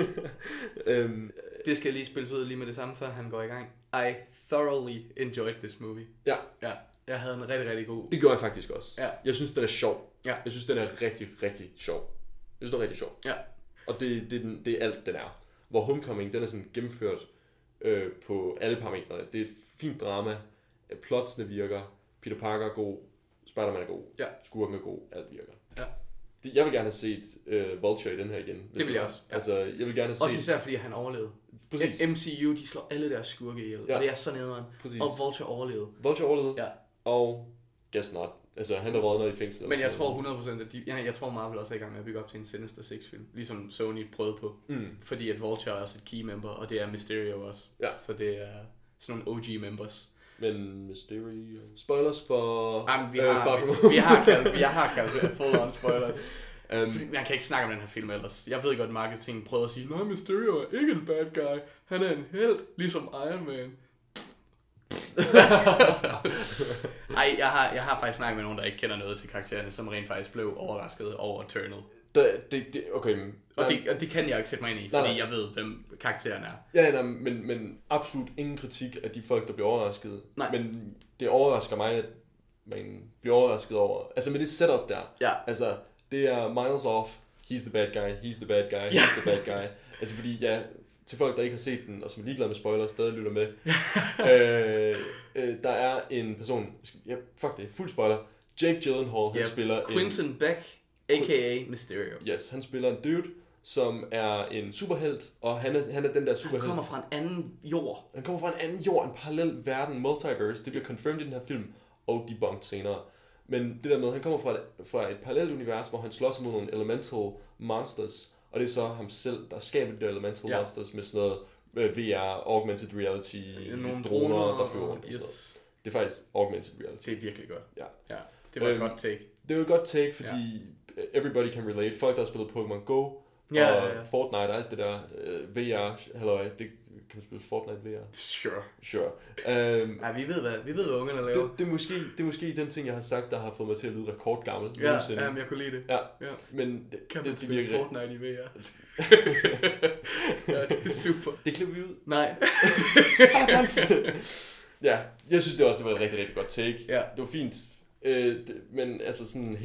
fair. Det skal lige spilles ud lige med det samme, før han går i gang. I thoroughly enjoyed this movie. Ja. Jeg havde en rigtig, rigtig god... Det gjorde jeg faktisk også. Ja. Jeg synes, den er sjov. Ja. Jeg synes, den er rigtig, rigtig sjov. Jeg synes, den er rigtig sjov. Ja. Og det er alt, den er. Hvor Homecoming, den er sådan gennemført på alle parametrene. Det er et fint drama. Plotsene virker. Peter Parker er god, Spider-Man er god, Ja. skurken er god, alt virker. Ja. Jeg vil gerne have set Vulture i den her igen. Det vil jeg også. Ja. Altså, jeg vil gerne have set... Også især fordi han overlevede. Præcis. MCU, de slår alle deres skurke ihjel, Ja. og det er så nederen. Præcis. Og Vulture overlevede. Vulture overlevede, Ja. og guess not. Altså, han er rådnet i fængsel. Men jeg tror 100% at jeg tror Marvel også er i gang med at bygge op til en Sinister Six-film, ligesom Sony prøvede på. Fordi at Vulture er også et key member, og det er Mysterio også. Ja. Så det er sådan nogle OG members. Men Mysterio... Spoilers for... Jamen, vi har kaldt det full on spoilers. Fordi man kan ikke snakke om den her film ellers. Jeg ved godt, at marketing prøver at sige, nej, Mysterio er ikke en bad guy. Han er en helt, ligesom Iron Man. Ej, jeg har faktisk snakket med nogen, der ikke kender noget til karaktererne, som rent faktisk blev overrasket over Eternal. Okay. Og det kan jeg ikke sætte mig ind i, fordi jeg ved, hvem karakteren er. Ja, men absolut ingen kritik af de folk, der bliver overrasket. Nej. Men det overrasker mig, at man bliver overrasket over... Altså med det setup der. Ja. Altså, det er miles off. He's the bad guy, he's the bad guy, he's the bad guy. Altså fordi, ja, til folk, der ikke har set den, og som er ligeglade med spoilers, stadig lytter med. Der er en person... Ja, fuck det, fuld spoiler. Jake Gyllenhaal, han spiller Quentin Beck, a.k.a. Mysterio. Yes, han spiller en dude, som er en superhelt, og han er den der superhelt. Han kommer fra en anden jord. Han kommer fra en anden jord, en parallel verden, multiverse. Det bliver confirmed i den her film, og debunked senere. Men det der med, han kommer fra et parallelt univers, hvor han slås mod nogle elemental monsters, og det er så ham selv, der skaber de der elemental monsters med sådan noget VR, augmented reality, nogle droner, der flyver rundt. Yes. Det er faktisk augmented reality. Det er virkelig godt. Ja. Det var et godt take. Det var et godt take, fordi everybody can relate. Folk, der har spillet Pokémon Go, og Fortnite og alt det der VR, halløj, det kan man spille Fortnite VR? Sure. Ja, vi ved, hvad ungerne laver. Det er måske den ting, jeg har sagt, der har fået mig til at lyde rekordgammel. Ja, men jeg kunne lide det. Ja. Men kan man spille Fortnite i VR? Ja, det er super. Det klipper vi ud. Nej. Ja, jeg synes det var et rigtig, rigtig godt take. Ja. Det var fint. Men altså sådan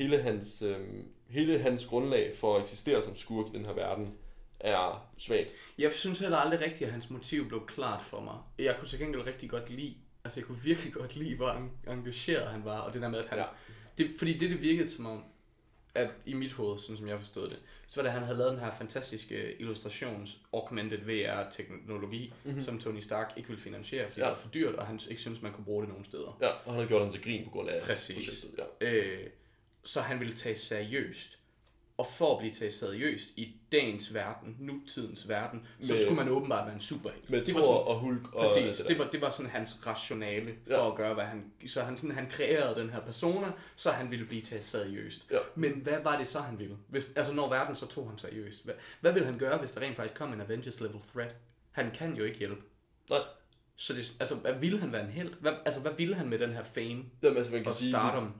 hele hans grundlag for at eksistere som skurk i den her verden er svagt. Jeg synes heller aldrig rigtigt, at hans motiv blev klart for mig. Jeg kunne til gengæld rigtig godt lide, altså jeg kunne virkelig godt lide, hvor engageret han var, og det der med, at han... Ja. Fordi det virkede som om, at i mit hoved, sådan som jeg forstod det, så var det, at han havde lavet den her fantastiske illustrations-augmented VR-teknologi, som Tony Stark ikke ville finansiere, fordi det var for dyrt, og han ikke syntes, man kunne bruge det nogen steder. Ja, og han havde gjort ham til grin på grund af projektet. Ja. Så han ville tage seriøst. Og for at blive taget seriøst i dagens verden, nutidens verden, så skulle man åbenbart være en superhelt. Med Thor og Hulk. Og præcis, det var sådan hans rationale for at gøre, hvad han... Så han kreerede den her persona, så han ville blive taget seriøst. Ja. Men hvad var det så, han ville? Når verden så tog ham seriøst. Hvad ville han gøre, hvis der rent faktisk kom en Avengers level threat? Han kan jo ikke hjælpe. Nej. Så hvad ville han være en helt? Hvad ville han med den her fame? Jamen, altså, man kan sige,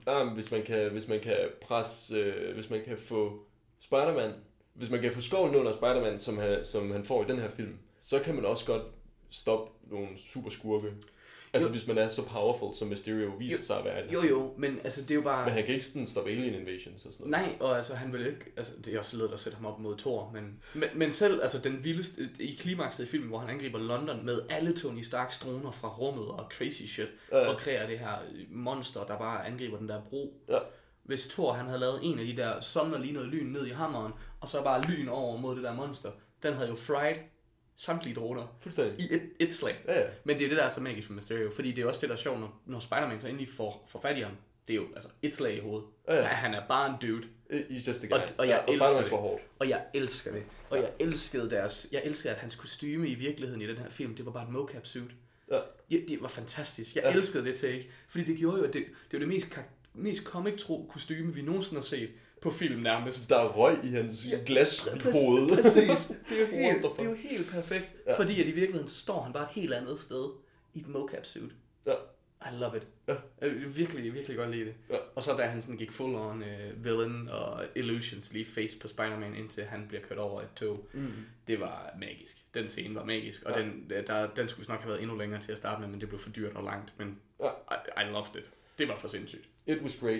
hvis man kan presse, hvis man kan få Spider-Man, hvis man kan få skovlen under Spider-Man, som han får i den her film, så kan man også godt stoppe nogle super skurke. Altså hvis man er så powerful, som Mysterio viser sig at være. Jo, men altså det er jo bare... Men han kan ikke sådan stoppe alien invasions og sådan noget. Nej, og altså han vil ikke... Altså det er også ledet at sætte ham op mod Thor, men selv altså den vildeste... I klimakset i filmen, hvor han angriber London med alle Tony Starks droner fra rummet og crazy shit, og kreerer det her monster, der bare angriber den der bro. Ja. Hvis Thor han havde lavet en af de der, som der lige noget lyn ned i hammeren, og så bare lyn over mod det der monster, den havde jo fried samtlige droner i et slag. Ja. Men det er det, der er så magisk for Mysterio, fordi det er også det, der er sjovt, når Spider-Man så endelig får fat i ham. Det er jo altså et slag i hovedet. Ja. Han er bare en dude. He's just a guy. Og jeg elsker det. Og jeg elsker det. Og jeg elskede at hans kostyme i virkeligheden i den her film, det var bare et mocap suit. Ja. Det var fantastisk. Jeg elskede det take, fordi det gjorde jo, at det var det mest comic-tro kostyme, vi nogensinde har set på film nærmest. Der er røg i hans glas i hovedet. Præcis. Det er jo helt perfekt. Ja. Fordi at i virkeligheden står han bare et helt andet sted i et mocap suit. Ja. I love it. Ja. Jeg vil virkelig, virkelig godt lide det. Ja. Og så da han sådan gik full on villain og illusions lige face på Spider-Man, indtil han bliver kørt over et tog. Det var magisk. Den scene var magisk. Og den skulle nok have været endnu længere til at starte med, men det blev for dyrt og langt. Men I loved it. Det var for sindssygt. It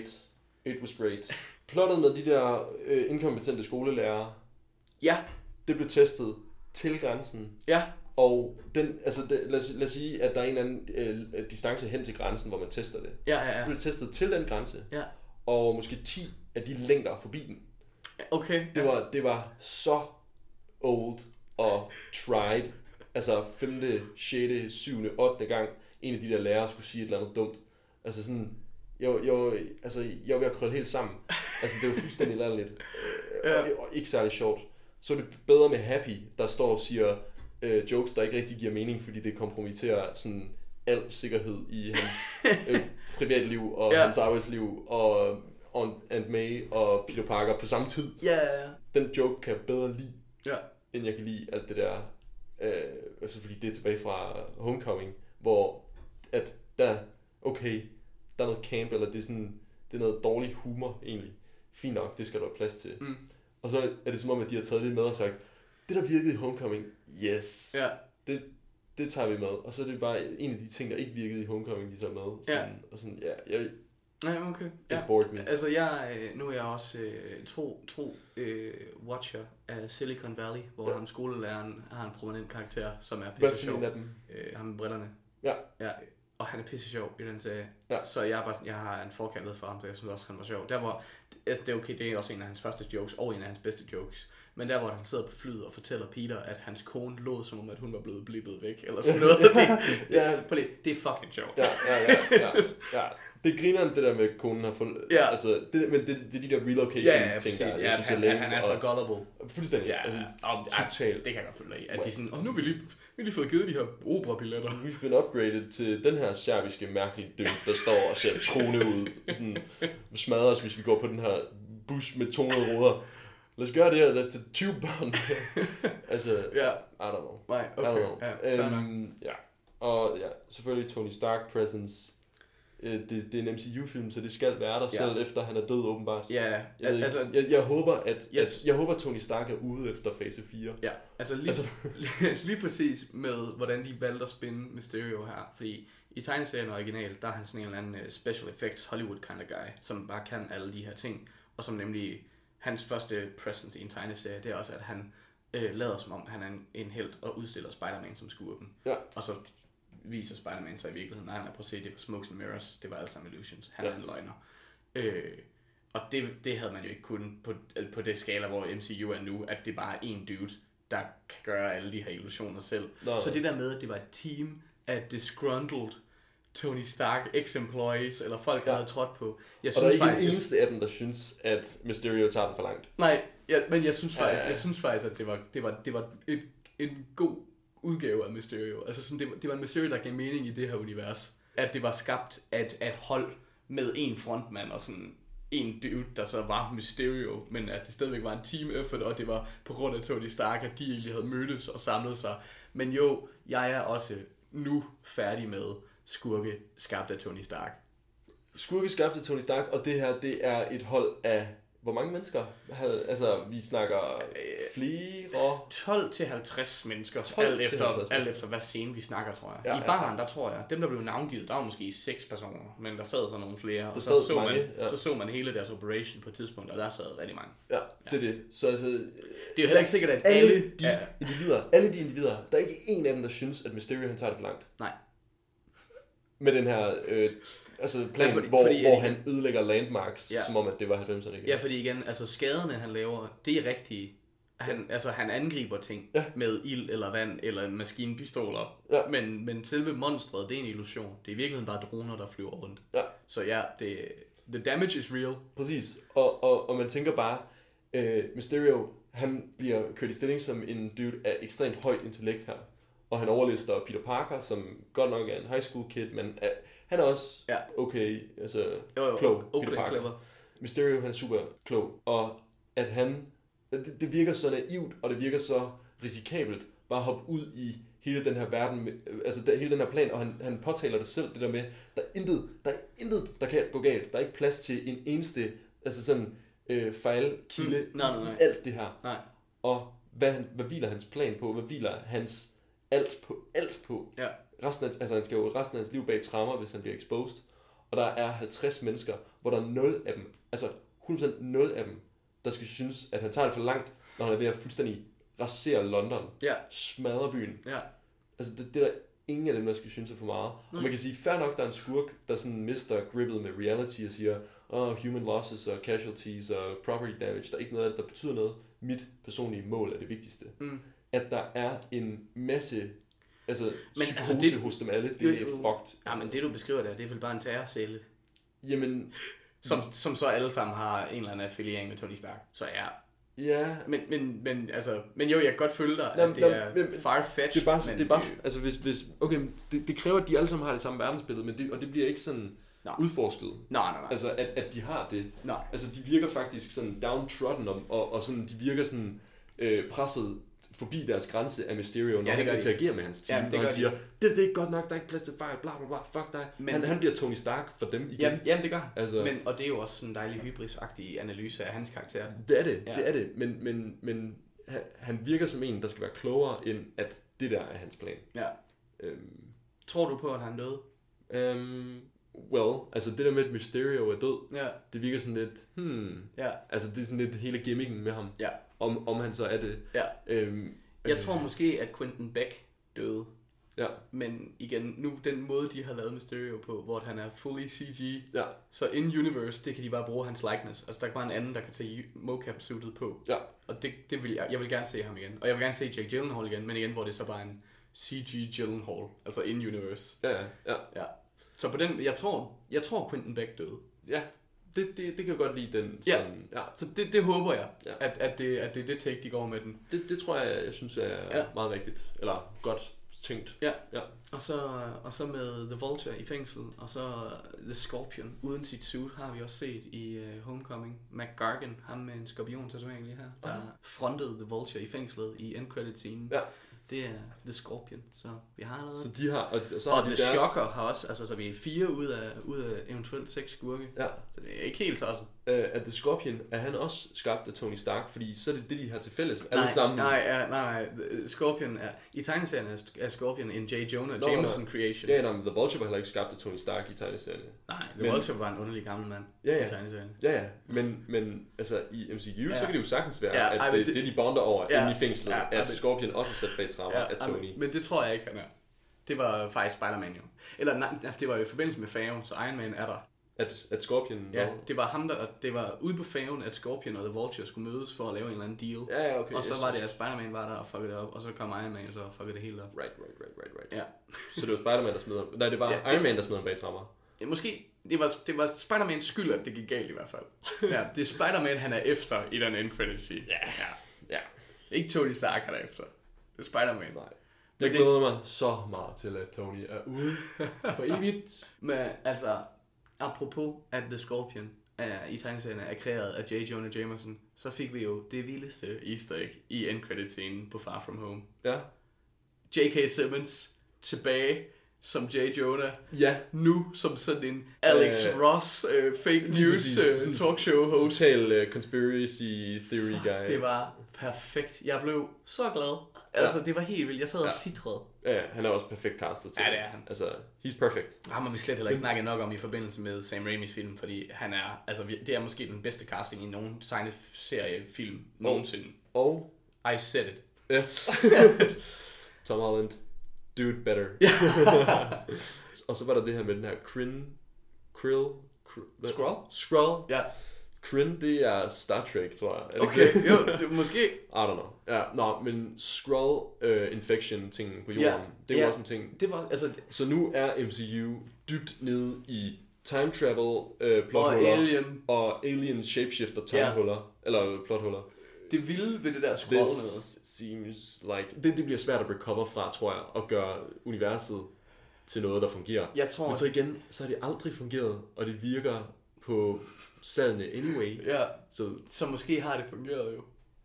was great. Plottet med de der inkompetente skolelærere. Ja. Det blev testet til grænsen. Ja. Og den, altså, lad os sige, at der er en eller anden distance hen til grænsen, hvor man tester det. Ja. Du bliver testet til den grænse, Ja. og måske 10 af de længder forbi den. Okay. Det var så old og tried. Altså 5., 6., 7., 8. gang, en af de der lærere skulle sige et eller andet dumt. Altså sådan, jeg var ved at krølle helt sammen. Altså det var fuldstændig latterligt. Og ikke særlig sjovt. Så er det bedre med Happy, der står og siger jokes, der ikke rigtig giver mening, fordi det kompromitterer sådan al sikkerhed i hans privatliv og hans arbejdsliv og Aunt May og Peter Parker på samme tid. Ja. Den joke kan jeg bedre lide, end jeg kan lide alt det der. Altså fordi det er tilbage fra Homecoming, hvor at der er noget camp, eller det er noget dårlig humor egentlig. Fint nok, det skal der være plads til. Og så er det som om, at de har taget det med og sagt, det der virkede i Homecoming, yes, det tager vi med. Og så er det bare en af de ting, der ikke virkede i Homecoming, de tager med. Sådan, og sådan, Okay. Altså nu er jeg også tro watcher af Silicon Valley, hvor ham skolelæreren har en prominent karakter, som er pisse sjov. Hvad for en af dem? Ham med brillerne. Ja. Og han er pisse sjov i den serie. Så jeg har en forkærlighed for ham, så jeg synes også, han var sjov. Der hvor, altså det er okay, det er også en af hans første jokes, og en af hans bedste jokes. Men der hvor han sidder på flyet og fortæller Peter, at hans kone lod som om, at hun var blevet blippet væk, eller sådan noget. Det er fucking sjovt. Ja. Det griner det der med, at konen har fundet... Ja. Altså, men det er de der relocation ting, der jeg synes er lame. Han er så gullible. Fuldstændig. Ja, totalt. Det kan jeg godt følge dig i. At de sådan, nu har vi lige fået givet de her operabilletter. We've been upgraded til den her serbiske mærkelige død, der står og ser troende ud. Sådan, smadrer os, hvis vi går på den her bus med 200 ruder. Lad os gøre det her, lad os tage 20 børn. Altså, I don't know. Nej, okay. Og selvfølgelig Tony Stark presence. Det er en MCU-film, så det skal være der, selv efter han er død åbenbart. Jeg håber, Tony Stark er ude efter fase 4. Ja, lige præcis med, hvordan de valgte at spinde Mysterio her. Fordi i tegneserien original, der er han sådan en eller anden special effects Hollywood kind of guy, som bare kan alle de her ting. Og som nemlig, hans første presence i en tegneserie, det er også, at han lader som om, han er en helt og udstiller Spider-Man som skurken. Ja. Og så viser Spider-Man sig i virkeligheden, nej, prøv at se, det var smokes and mirrors, det var alle sammen illusions, han er en løgner. Og det havde man jo ikke kunnet på det skala, hvor MCU er nu, at det bare er en dude, der kan gøre alle de her illusioner selv. Så det der med, at det var et team af disgruntled Tony Stark ex-employees, eller folk, han havde trådt på. Jeg synes og der er ikke en eneste af dem, der synes, at Mysterio tager den for langt. Nej, men jeg synes faktisk, at det var en god udgave af Mysterio. Altså sådan, det var en Mysterio, der gav mening i det her univers. At det var skabt af et hold med en frontmand og sådan en dude, der så var Mysterio, men at det stadigvæk var en team effort, og det var på grund af Tony Stark, at de egentlig havde mødtes og samlet sig. Men jo, jeg er også nu færdig med skurke skabt af Tony Stark. Skurke skabt af Tony Stark, og det her, det er et hold af hvor mange mennesker? Altså, vi snakker flere... 12-50 mennesker, alt efter hvad scene vi snakker, tror jeg. I baren, der tror jeg, dem der blev navngivet, der var måske 6 personer, men der sad så nogle flere, og så så man hele deres operation på et tidspunkt, og der sad rigtig mange. Ja, det er det. Så altså... Det er jo heller ikke sikkert, at alle de individer, der er ikke en af dem, der synes, at Mysterio han tager det for langt. Nej. Med den her plan, hvor han ødelægger landmarks, som om at det var 90'erne igen. Ja, fordi igen, altså skaderne han laver, det er rigtige. Han angriber ting med ild eller vand eller maskinpistoler. Ja. Men selve monstret, det er en illusion. Det er i virkeligheden bare droner, der flyver rundt. Ja. Så the damage is real. Præcis. Og man tænker bare, Mysterio, han bliver kørt i stilling som en dude af ekstremt højt intellekt her. Og han overlister Peter Parker, som godt nok er en high school kid, men han er også okay, altså klog, Peter Parker. Clever. Mysterio, han er super klog, og at han, det virker så naivt, og det virker så risikabelt, bare at hoppe ud i hele den her verden, altså hele den her plan, og han påtaler det selv, det der med, der er intet, der kan gå galt, der er ikke plads til en eneste, altså sådan fejlkilde i alt det her. Nej. Og hvad hviler hans plan på, hvad hviler hans alt på. Ja. Han skal jo resten af hans liv bag traumer, hvis han bliver exposed. Og der er 50 mennesker, hvor der er 0 af dem, altså 100% 0 af dem, der skal synes, at han tager det for langt, når han er ved at fuldstændig rasere London. Ja. Smadre byen. Ja. Altså det er der ingen af dem, der skal synes sig for meget. Og man kan sige, fair nok, der er en skurk, der sådan mister grippet med reality og siger, human losses og casualties og property damage, der er ikke noget af det, der betyder noget. Mit personlige mål er det vigtigste. At der er en masse psykose hos dem alle, det er fucked. Ja, men det du beskriver der, det er vel bare en terrorcelle. Jamen... Som så alle sammen har en eller anden affiliering med Tony Stark. Så ja. Ja. Men jo, jeg kan godt følge dig, at det er far-fetched. Det er bare altså hvis okay, det kræver, at de alle sammen har det samme verdensbillede, og det bliver ikke sådan udforsket. Nej. Altså, at de har det. Nej. Altså, de virker faktisk sådan downtrodden, og sådan, de virker sådan presset forbi deres grænse af Mysterio, når han interagerer med hans team, når han siger, det er ikke godt nok, der er ikke plads til fejl, bla bla bla, fuck dig. Men han bliver Tony Stark for dem igen. Jamen det gør altså, og det er jo også sådan en dejlig hybris-agtig analyse af hans karakter. Det er det, men han virker som en, der skal være klogere, end at det der er hans plan. Ja. Tror du på, at han døde? Altså det der med, at Mysterio er død, det virker sådan lidt, altså det er sådan lidt hele gimmicken med ham, om han så er det. Ja. Jeg tror måske, at Quentin Beck døde. Ja. Men igen, nu den måde, de har lavet Mysterio på, hvor han er fully CG, ja. Så in-universe, det kan de bare bruge hans likeness. Altså der er bare en anden, der kan tage mocap-suitet på. Ja. Og det vil jeg vil gerne se ham igen. Og jeg vil gerne se Jake Gyllenhaal igen, men igen, hvor det er så bare en CG Gyllenhaal, altså in-universe. Ja. Så på den, jeg tror Quentin Beck døde. Ja, det kan jeg godt lide den. Sådan, ja. Så det håber jeg, at det er det take, de går med den. Det tror jeg synes er meget rigtigt. Eller godt tænkt. Ja. Og så med The Vulture i fængsel, og så The Scorpion uden sit suit, har vi også set i Homecoming. McGargan, ham med en skorpion-tatovering lige her, der frontede The Vulture i fængslet i end-credit-scenen. Ja. Det er The Scorpion, så vi har noget. Så de har, og så har de The Shocker har også, altså så vi er 4 ud af eventuelt 6 skurke. Ja. Så det er ikke helt tosset. At The Scorpion, er han også skabt af Tony Stark? Fordi så er det de har til fælles alle sammen. Nej. Scorpion er, i tegneserien er Scorpion en J. Jonah Jameson creation. Ja, The Vulture var heller ikke skabt af Tony Stark i tegneserien. Nej, The Vulture var en underlig gammel mand i tegneserien. Ja. Men altså i MCU, så kan det jo sagtens være, at det de bonder over inde i fængslet, at Scorpion også er sat bag trammer af Tony. Men det tror jeg ikke, han er. Det var faktisk Spider-Man jo. Eller nej, det var jo i forbindelse med færgen, så Iron Man er der. At Scorpion... Ja, det var ham, det var ude på færgen, at Scorpion og The Vulture skulle mødes for at lave en eller anden deal. Ja, okay. Og så var det, at Spider-Man var der og fuckede det op, og så kom Iron Man og så fuckede det hele op. Right. Ja. Så det var Spider-Man, der smed ham. Nej, det var Iron Man, der smed ham bag trammer. Ja, måske. Det var Spider-Mans skyld, at det gik galt i hvert fald. Ja, det er Spider-Man, han er efter i den end credit scene. Ja. Ikke Tony Stark, han er efter. Det er Spider-Man. Nej. Jeg glæder mig så meget til, at Tony er ude for evigt. Men altså, apropos at The Scorpion i tegneserien er kreeret af J. Jonah Jameson, så fik vi jo det vildeste easter egg i end credit scenen på Far From Home. Ja. J.K. Simmons tilbage som J. Jonah. Ja. Nu som sådan en Alex Ross fake news talkshow host. Total conspiracy theory guy. Det var perfekt. Jeg blev så glad. Altså, det var helt vildt. Jeg sad og sitrede. Ja, han er også perfekt castet til. Ja, det er han. Altså, he's perfect. Ham har vi slet heller ikke snakket nok om i forbindelse med Sam Raimis film, fordi han er, altså, det er måske den bedste casting i nogen seriefilm nogensinde. Og? I said it. Yes. Tom Holland. Do it better. Og så var der det her med den her Skrull? Ja. Kryn, det er Star Trek, tror jeg. Okay, jo, det, måske. I don't know. Ja, men Skrull infection ting på jorden, det var også en ting. Det var, altså, så nu er MCU dybt nede i time travel plothuller og alien shapeshifter timehuller eller plothuller. Det vilde ved det der Skrull noget. Seems like det bliver svært at recover fra, tror jeg, og gøre universet til noget, der fungerer. Jeg tror, men så igen, så har det aldrig fungeret, og det virker på salgene anyway. Ja, så måske har det fungeret jo.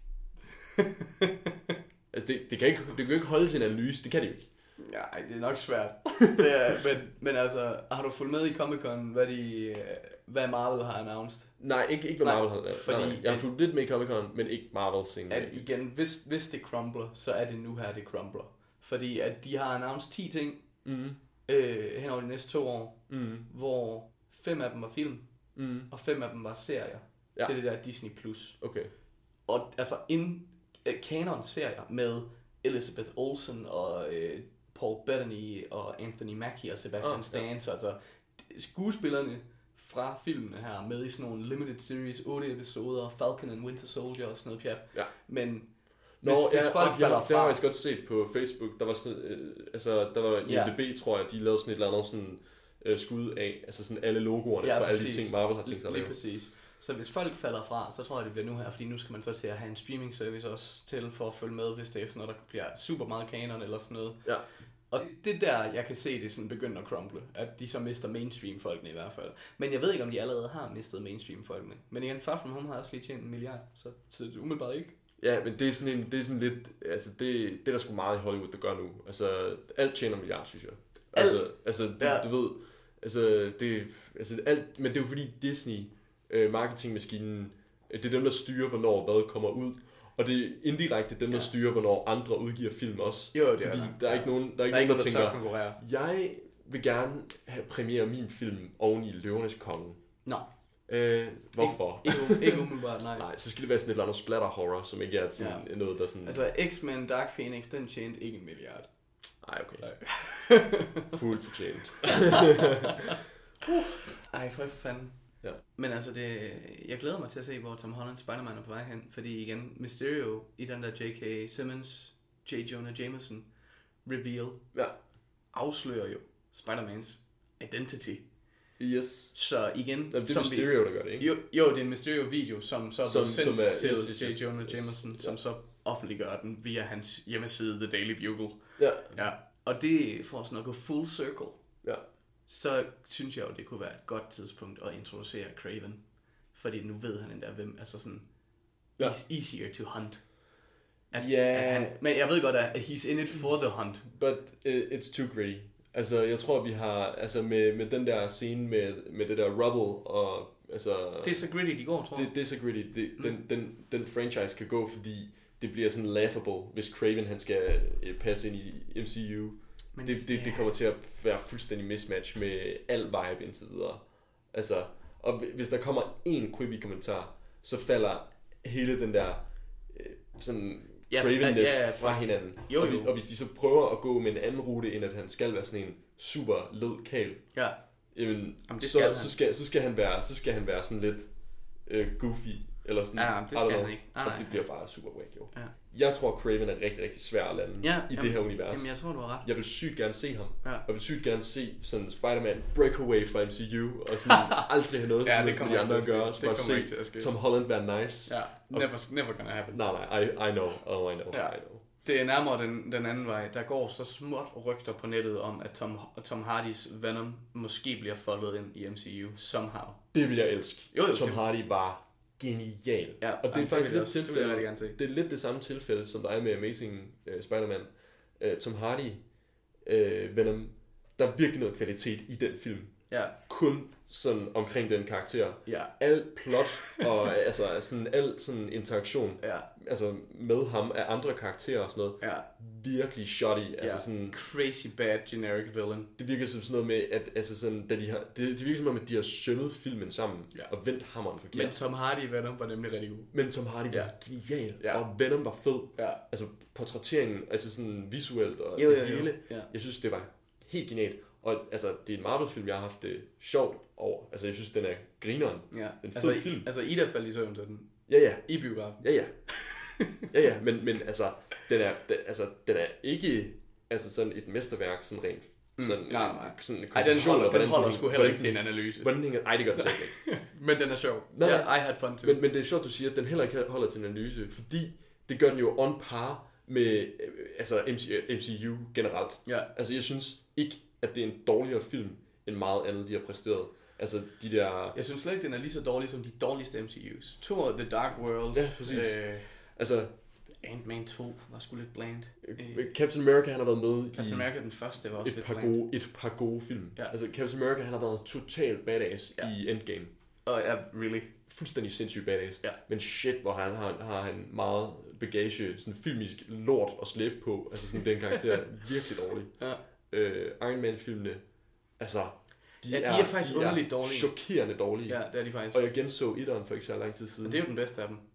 Altså det kan jo ikke holde sin analyse, det kan det ikke. Nej, det er nok svært. men altså, har du fulgt med i Comic-Con, hvad Marvel har announced? Nej, ikke hvad Marvel har. Fordi jeg har fulgt lidt med i Comic-Con, men ikke Marvel-scenen. At igen, hvis det crumbler, så er det nu her, det crumbler. Fordi at de har announced 10 ting hen over de næste 2 år, hvor 5 af dem var film, og 5 af dem var serier til det der Disney+. Okay. Og altså canon-serier med Elizabeth Olsen og Paul Bettany og Anthony Mackie og Sebastian Stan, så altså skuespillerne fra filmene her med i sådan nogle limited series, 8 episoder, Falcon and Winter Soldier og sådan noget pjat. Ja. Men hvis folk falder fra... Det har jeg godt set på Facebook. Der var sådan, der var IMDb, tror jeg, de lavede sådan et eller andet sådan skud af, altså sådan alle logoerne for alle de ting, Marvel har tænkt sig at lave. Lige præcis. Så hvis folk falder fra, så tror jeg, det bliver nu her, fordi nu skal man så til at have en streaming service også til for at følge med, hvis det er sådan noget, der bliver super meget kanon eller sådan noget. Ja. Og det der, jeg kan se, det sådan begynder at crumble, at de så mister mainstream-folkene i hvert fald. Men jeg ved ikke, om de allerede har mistet mainstream-folkene. Men igen, Far From Home har også lige tjent 1 milliard, så det er umiddelbart ikke. Ja, men det er sådan lidt, altså det er der sgu meget i Hollywood, der gør nu. Altså alt tjener 1 milliard, synes jeg. Altså du ved, alt, men det er jo fordi Disney, marketingmaskinen, det er dem, der styrer, hvornår hvad kommer ud. Og det er indirekte dem, der styrer, hvornår andre udgiver film også. Jo, det fordi er der er ikke nogen, der tænker, jeg vil gerne premiere min film oven i Løvernes Konge. Nå. Hvorfor? Ikke umiddelbart, nej. Nej, så skal det være sådan et eller andet splatter horror, som ikke er sådan noget, der sådan... Altså, X-Men Dark Phoenix, den tjente ikke 1 milliard. Nej, okay. Fuldt fortjent. Ej, for fanden. Ja. Men altså, jeg glæder mig til at se, hvor Tom Holland Spider-Man er på vej hen. Fordi igen, Mysterio i den der J.K. Simmons, J. Jonah Jameson reveal afslører jo Spider-Mans identity. Yes. Så igen... Det er Mysterio, der gør det, ikke? Jo, det er en Mysterio-video, som så blev sendt til J. Jonah Jameson, som så offentliggør den via hans hjemmeside, The Daily Bugle. Ja. Og det får sådan at gå full circle. Ja. Så synes jeg jo, det kunne være et godt tidspunkt at introducere Kraven. Fordi nu ved han endda, hvem, altså sådan, easier to hunt. Men jeg ved godt, at he's in it for the hunt. But it's too gritty. Altså, jeg tror, vi har, altså med den der scene med det der rubble, og altså... Det er så gritty, de går, tror jeg. Det er så gritty. Den franchise kan gå, fordi det bliver sådan laughable, hvis Kraven, han skal passe ind i MCU. Det kommer til at være fuldstændig mismatch med al vibe indtil videre. Altså, og hvis der kommer en quippy kommentar, så falder hele den der sådan Kravenness fra hinanden. Og hvis de så prøver at gå med en anden rute, end at han skal være sådan en super led kæl, så skal han være sådan lidt goofy. Eller sådan, det skal han ikke. Og det bliver bare super wack, jo. Ja. Jeg tror, Kraven er rigtig, rigtig svær at lande i det her univers. Jamen, jeg tror, du har ret. Jeg vil sygt gerne se ham. Jeg vil sygt gerne se sådan Spider-Man breakaway fra MCU, og sådan aldrig have noget med de andre at gøre. Så bare se Tom Holland være nice. Ja, never gonna happen. Nej, I know. I know. Det er nærmere den anden vej. Der går så småt rygter på nettet om, at Tom Hardys Venom måske bliver foldet ind i MCU somehow. Det vil jeg elske. Tom Hardy var genial. Ja, og det er faktisk lidt tilfælde. Det er lidt det samme tilfælde, som der er med Amazing Spider-Man. Tom Hardy, Venom, der er virkelig noget kvalitet i den film. Ja. Kun sådan omkring den karakter. Ja. Al plot og altså sådan al sådan interaktion altså med ham af andre karakterer og sådan noget. Ja. Virkelig shoddy. Altså sådan crazy bad generic villain. Det virker som sådan noget med at altså sådan da de har det virker som om at de har sømmet filmen sammen og vendt hammeren forkert. Men Tom Hardy i Venom var nemlig rigtig god. Men Tom Hardy var genial og Venom var fed. Ja. Altså portrætteringen, altså sådan visuelt og det hele. Ja. Jeg synes det var helt genialt. Og altså, det er en Marvel-film, jeg har haft det sjovt over. Altså, jeg synes, den er grineren. Ja. En fed film. Altså, Ida faldt i søvn til den. Ja. I biografen. Ja. Men altså, den er ikke altså sådan et mesterværk, sådan rent sådan den holder sgu heller ikke til en analyse. Hvordan hænger... Ej, det gør den selv ikke. Men den er sjov. I had fun too. Men det er sjovt, du siger, at den heller ikke holder til en analyse, fordi det gør den jo on par med altså MCU generelt. Ja. Altså, jeg synes ikke, at det er en dårligere film, end meget andet, de har præsteret. Altså, de der... Jeg synes slet ikke, den er lige så dårlig som de dårligste MCU's. Thor, The Dark World. Ja, præcis. Altså... Ant-Man 2 var sgu lidt bland. Captain America, han har været med Captain America, den første, var også lidt bland. Et par gode film. Ja. Altså, Captain America, han har været total badass i Endgame. Really. Fuldstændig sindssygt badass. Ja. Men shit, hvor har han meget bagage, sådan filmisk lort at slæbe på. Altså, sådan den karakter er virkelig dårlig. Ja. Iron Man-filmene, altså... De er faktisk underligt dårlige. Chokerende dårlige. Ja, det er de faktisk. Og jeg genså etteren for ikke så lang tid siden. Men det er jo den bedste af dem.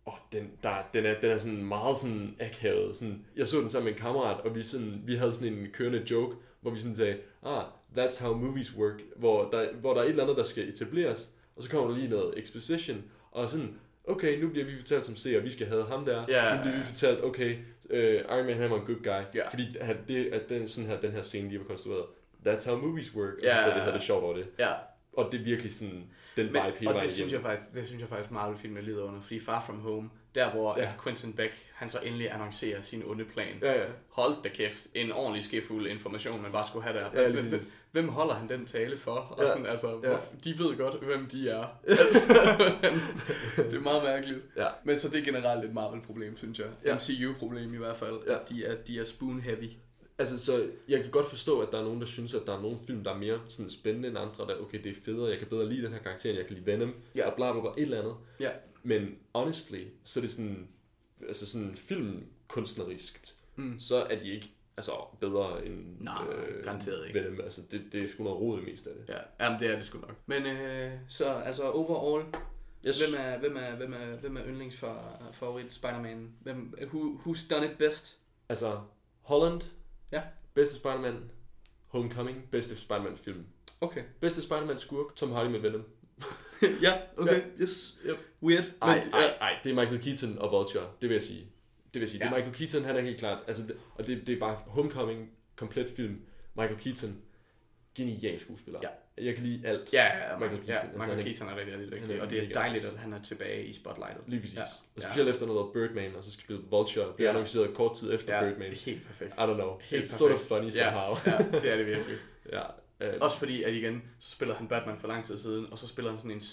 den er sådan meget sådan akavet. Sådan, jeg så den sammen med en kammerat, og vi havde sådan en kørende joke, hvor vi sådan sagde, that's how movies work, hvor der er et eller andet, der skal etableres, og så kommer der lige noget exposition, og sådan, okay, nu bliver vi fortalt som seere, vi skal have ham der, nu bliver vi fortalt, okay, Iron Man, han var en good guy, fordi den her scene lige var konstrueret. That's how movies work, og så det havde det sjovt over det. Og det er virkelig sådan den vibe hele vejen og det synes jeg faktisk Marvel-filmene lider under, fordi Far From Home, der hvor Quentin Beck, han så endelig annoncerer sin onde plan. Hold da kæft, en ordentlig skefuld information, man bare skulle have der. Hvem holder han den tale for? Og sådan, altså, de ved godt, hvem de er. Det er meget mærkeligt. Men så det er generelt et Marvel-problem, synes jeg. MCU-problem i hvert fald. De er spoon-heavy. Altså, så jeg kan godt forstå, at der er nogen, der synes, at der er nogle film, der er mere sådan spændende end andre, der okay, det er federe, jeg kan bedre lide den her karakter, end jeg kan lide Venom, og bla bla bla, et eller andet. Men honestly, så er det sådan, altså sådan filmkunstnerisk, så er de ikke bedre end garanteret ikke. Venom. Altså, det er sgu noget rod mest af det. Jamen, det er det sgu nok. Men så altså overall, hvem er yndlingsfavorit Spider-Man? Who's done it best? Altså, Holland, bedste Spider-Man, Homecoming, bedste Spider-Man-film. Okay. Bedste Spider-Man-skurk, Tom Hardy med Venom. Okay, yes. Yep. Weird. Nej, det er Michael Keaton og Vulture, det vil jeg sige. Det er Michael Keaton, han er helt klart, altså, og det er bare Homecoming, komplet film. Michael Keaton, genial skuespiller. Jeg kan lide alt. Michael Keaton er rigtig dygtig, og det er dejligt, at han er tilbage i spotlightet. Lige præcis. Og specielt efter noget Birdman, og så skal spille Vulture, bliver annonceret kort tid efter Birdman. Det er helt perfekt. I don't know. It's sort of funny somehow. Det er det virkelig. Også fordi, at igen, så spiller han Batman for lang tid siden, og så spiller han sådan en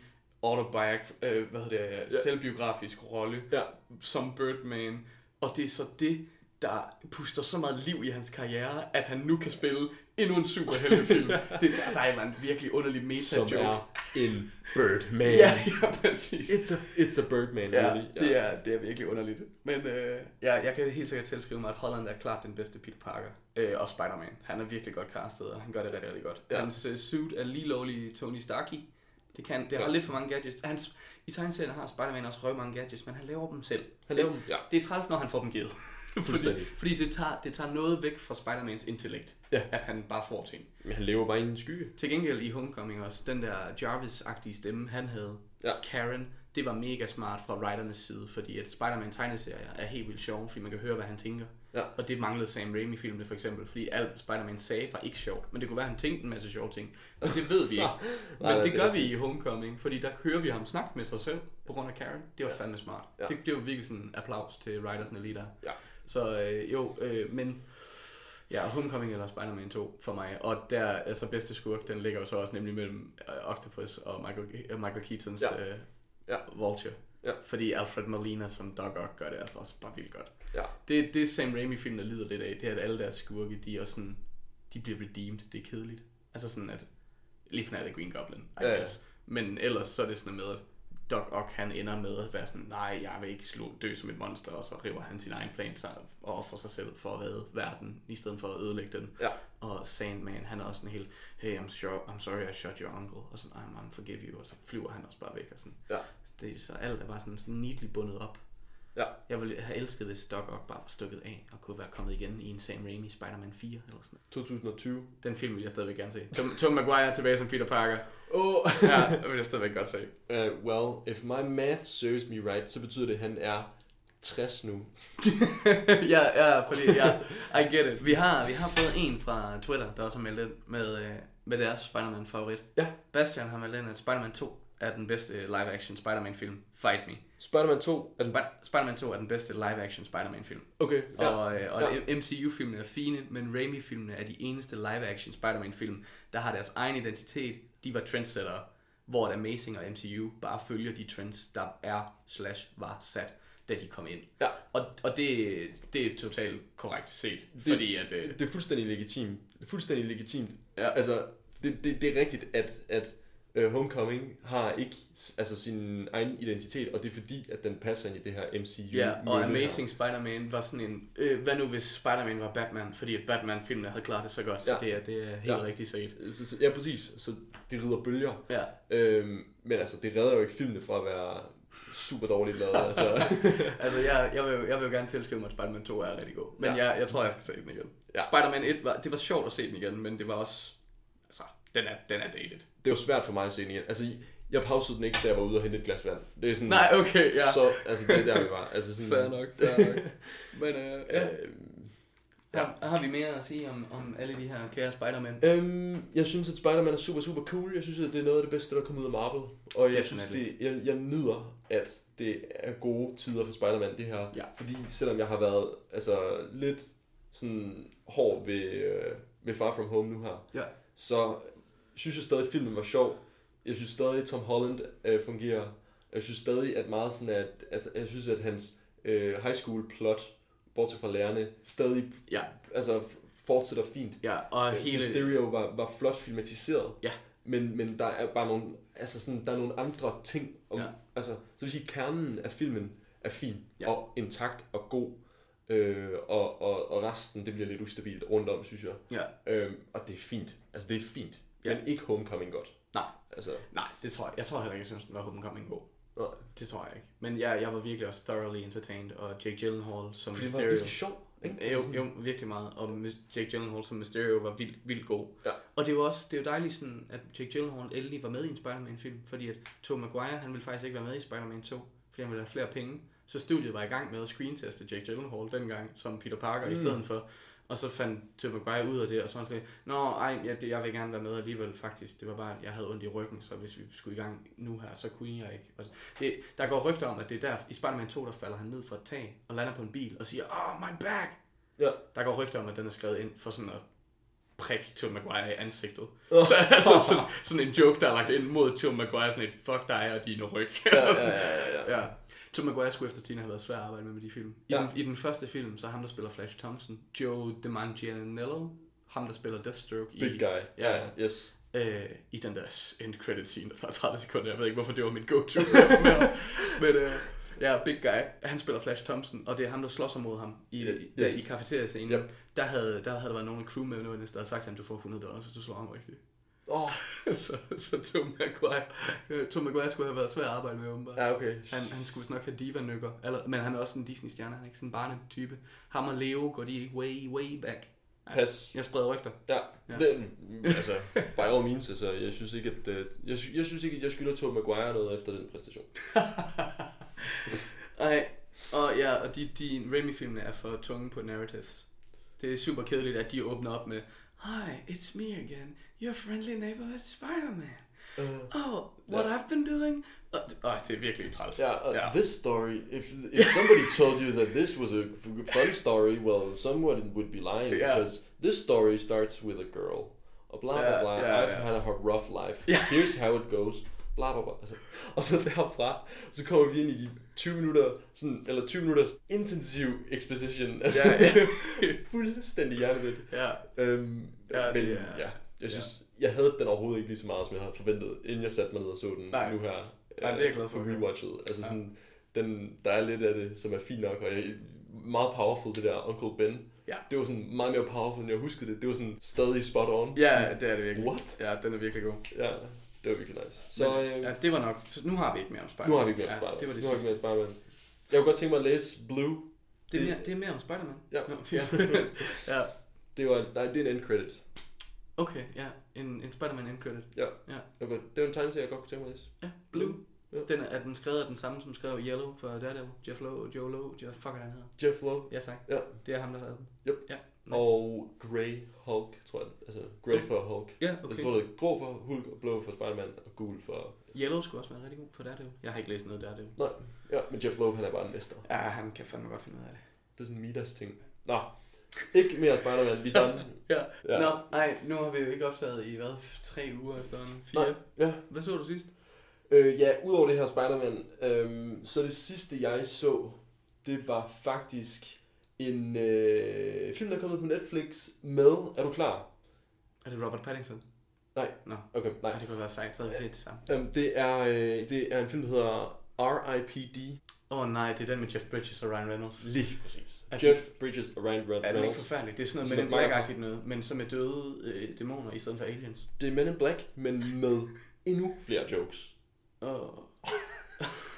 selvbiografisk rolle som Birdman, og det er så det, der puster så meget liv i hans karriere, at han nu kan spille endnu en superheltefilm. Der er en virkelig underlig meta-joke. Som er en Birdman. Ja, præcis. It's a Birdman, really. Det er virkelig underligt. Men jeg kan helt sikkert tilskrive mig, at Holland er klart den bedste Peter Parker. Og Spider-Man. Han er virkelig godt castet, og han gør det rigtig, rigtig godt. Hans suit er lige lovlig Tony Starky. Det har lidt for mange gadgets. I tegneserien har Spider-Man også røv mange gadgets, men han laver dem selv. Det er træls, når han får dem givet. fordi det tager noget væk fra Spider-Mans intellekt, at han bare får ting. Men han lever bare i en skygge. Til gengæld i Homecoming også, den der Jarvis-agtige stemme, han havde, Karen, det var mega smart fra writernes side, fordi at Spider-Man tegneserier er helt vildt sjov, fordi man kan høre, hvad han tænker. Og det manglede Sam Raimi-filmene for eksempel, fordi alt Spider-Man sagde var ikke sjovt, men det kunne være, at han tænkte en masse sjove ting. Og det ved vi ikke. Men det gør vi i Homecoming, fordi der hører vi ham snakke med sig selv på grund af Karen. Det var fandme smart. Det var virkelig sådan en applaus til writersne lige der. Så men Homecoming eller Spider-Man 2 for mig. Og der, altså bedste skurk, den ligger jo så også nemlig mellem Octopus og Michael Keatons Vulture. Fordi Alfred Molina som Doc Ock gør det altså også bare vildt godt. Det Sam Raimi-filmen lider lidt af, det er, at alle deres skurke, de er sådan, de bliver redeemed. Det er kedeligt. Altså sådan, at lige på nær The Green Goblin, I guess. Men ellers så er det sådan med, at Doc Ock han ender med at være sådan, nej, jeg vil ikke dø som et monster, og så river han sin egen plan og offrer sig selv for at redde verden, i stedet for at ødelægge den. Og Sandman, han er også en helt, hey, I'm sorry I shot your uncle, og sådan, I'm forgive you, og så flyver han også bare væk, og sådan. Så alt er bare sådan neatly bundet op. Jeg ville have elsket, hvis Doc Ock bare var stukket af, og kunne være kommet igen i en Sam Raimi Spider-Man 4, eller sådan 2020. Den film vil jeg stadigvæk gerne se. Tom Maguire tilbage som Peter Parker. Det vil jeg stadigvæk godt se. Well, if my math serves me right, så betyder det, at han er 60 nu. Fordi I get it. Vi har fået en fra Twitter, der også har meldt ind med deres Spider-Man favorit. Bastian har meldt ind, at Spider-Man 2 er den bedste live-action Spider-Man-film. Fight me. Spider-Man 2? Spider-Man 2 er den bedste live-action Spider-Man-film. Okay. Og MCU-filmene er fine, men Raimi-filmene er de eneste live-action Spider-Man-film, der har deres egen identitet. De var trendsettere, hvor Amazing og MCU bare følger de trends, der var sat, da de kom ind. Og det er totalt korrekt set. Fordi at, det er fuldstændig legitimt. Altså, det er rigtigt, at Homecoming har ikke sin egen identitet, og det er fordi, at den passer ind i det her MCU. Og Amazing Spider-Man var sådan en, hvad nu hvis Spider-Man var Batman, fordi at Batman-filmene havde klaret det så godt, så det er helt rigtigt set. Ja, præcis, så det rider bølger. Men altså, det redder jo ikke filmene fra at være super dårligt lavet. Altså. Altså, jeg vil jo gerne tilskrive mig, at Spider-Man 2 er rigtig god. Men jeg tror, jeg skal se den igen. Ja. Spider-Man 1, det var sjovt at se den igen, men det var også... Altså, den er dated. Det var svært for mig at se den igen. Altså, jeg pausede den ikke, da jeg var ude og hente et glas vand. Det er sådan... Nej, okay, ja. Så, altså, det er der, vi var. Altså, sådan, Fair nok. Men ja. Har vi mere at sige om alle de her kære Spider-Man? Jeg synes, at Spider-Man er super, super cool. Jeg synes, at det er noget af det bedste, der kommer ud af Marvel. Og jeg synes, jeg nyder, at det er gode tider for Spider-Man, det her. Ja. Fordi selvom jeg har været lidt sådan hård ved Far From Home nu her, ja. så synes jeg stadig, at filmen var sjov. Jeg synes stadig, at Tom Holland fungerer. Jeg synes stadig, at meget sådan, jeg synes, at hans high school plot, bortset fra lærerne, stadig fortsætter fint. Ja, og hele... Mysterio var flot filmatiseret. Ja. Men der er bare nogle, der er nogle andre ting. Så vil sige, kernen af filmen er fin og intakt og god. Og resten, det bliver lidt ustabilt rundt om, synes jeg. Ja. Og det er fint. Altså, det er fint. Men ikke Homecoming godt. Nej. Altså. Nej, det tror jeg. Jeg tror heller ikke, jeg synes, den var Homecoming god. Nej. Det tror jeg ikke. Men jeg var virkelig også thoroughly entertained, og Jake Gyllenhaal som Fordi Mysterio... det var virkelig sjov, ikke? Jo, virkelig meget. Og Jake Gyllenhaal som Mysterio var vildt god. Ja. Og det er jo dejligt sådan, at Jake Gyllenhaal endelig var med i en Spider-Man-film, fordi at Tobey Maguire, han ville faktisk ikke være med i Spider-Man 2, fordi han ville have flere penge. Så studiet var i gang med at screenteste Jake Gyllenhaal dengang, som Peter Parker i stedet for. Og så fandt Tobey Maguire ud af det, og sådan lidt, jeg vil gerne være med alligevel faktisk. Det var bare, jeg havde ondt i ryggen, så hvis vi skulle i gang nu her, så kunne jeg ikke. Altså, der går rygter om, at det er der, i Spider-Man 2, der falder han ned fra et tag, og lander på en bil, og siger, my back! Ja. Der går rygter om, at den er skrevet ind for sådan at prikke Tobey Maguire i ansigtet. Sådan en joke, der er lagt ind mod Tobey Maguire, sådan et, fuck dig og dine ryg. Ja. Tobey Maguire skulle efter tiden have været svær at arbejde med de film. I den første film, så ham, der spiller Flash Thompson, Joe DiManganiello, ham, der spiller Deathstroke i... Big guy. Ja, yes. I den der end credit scene, der tager 30 sekunder. Jeg ved ikke, hvorfor det var mit go-to. Men Big Guy, han spiller Flash Thompson, og det er ham, der slår sig mod ham i cafeteria-scenen. Yep. Der havde der været nogle crewmembers, der havde sagt til ham, du får $100, så du slår ham rigtigt. Så Tom Maguire skulle have været svær at arbejde med, åbenbart. Ja, okay. Han skulle nok have diva-nykker, men han er også en Disney-stjerne, han er ikke sådan en barnetype. Ham og Leo går de ikke way back. Pas. Jeg spreder rygter. Ja. Altså, by all means, altså, jeg synes ikke, at jeg skylder Tom Maguire noget efter den præstation. Og de Raimi-filmene er for tunge på narratives. Det er super kedeligt, at de åbner op med Hi, it's me again, your friendly neighborhood Spider-Man. What I've been doing? Det er virkelig træls. Yeah, this story, if somebody told you that this was a fun story, well, someone would be lying, because this story starts with a girl. Og blah, blah, blah, I've had a rough life. Here's how it goes. Blah, blah, blah. Og så derfra, så kommer vi ind i de 20 minutters intensiv exposition. Fuldstændig hjerteligt. Jeg synes, jeg havde den overhovedet ikke lige så meget, som jeg havde forventet, inden jeg satte mig ned og så den nu her. Nej, det er jeg glad for. Rewatchet. Altså sådan, der er lidt af det, som er fint nok, og meget powerful, det der Uncle Ben. Ja. Det var sådan meget mere powerful, end jeg huskede det. Det var sådan stadig spot on. Ja, sådan, det er det virkelig. What? Ja, den er virkelig god. Ja, det var virkelig nice. Så det var nok. Så nu har vi ikke mere om Spider-Man. Nu har vi ikke mere om Spider-Man. Det var det sidste. Spider-Man. Jeg kunne godt tænke mig at læse Blue. Det er mere om Spider-Man? Ja. Ja. Det er en end credit. Okay, ja. En Spider-Man end credit. Ja. Det var en tegneserie, jeg godt kunne tænke mig at læse. Ja, Blue. Ja. Er den skrevet af den samme, som skrev Yellow for Daredevil? Jeff Lowe, Joe Lowe, fuck er han hedder? Jeff Lowe. Ja, tak. Ja. Det er ham, der havde den. Yep. Ja, nice. Og Grey Hulk, tror jeg. Altså, Grey for Hulk. Ja, okay. Jeg tror, det er grå for Hulk, og blå for Spider-Man, og gul for... Yellow skulle også være rigtig god for Daredevil. Jeg har ikke læst noget Daredevil. Nej, ja, men Jeff Lowe, han er bare en mester. Ja, han kan fandme godt finde ud af det. Det er sådan en Midas ting. Nå, ikke mere Spider-Man, vi er done. Ja. Nå, nu har vi jo ikke optaget i, 3 uger efterhånden? 4? Nej, ja. Hvad så du sidst? Udover det her Spider-Man, så det sidste jeg så, det var faktisk en film, der er kommet på Netflix med, er du klar? Er det Robert Pattinson? Nej. Nå. Okay, nej. Det kunne være sejt, så havde vi set det samme. Det er en film, der hedder R.I.P.D. Nej, det er den med Jeff Bridges og Ryan Reynolds. Lige præcis. Jeff Bridges og Ryan Reynolds. Er det ikke forfærdeligt? Det er sådan noget Men in Black-agtigt noget, men så med døde dæmoner i stedet for aliens. Det er Men in Black, men med endnu flere jokes.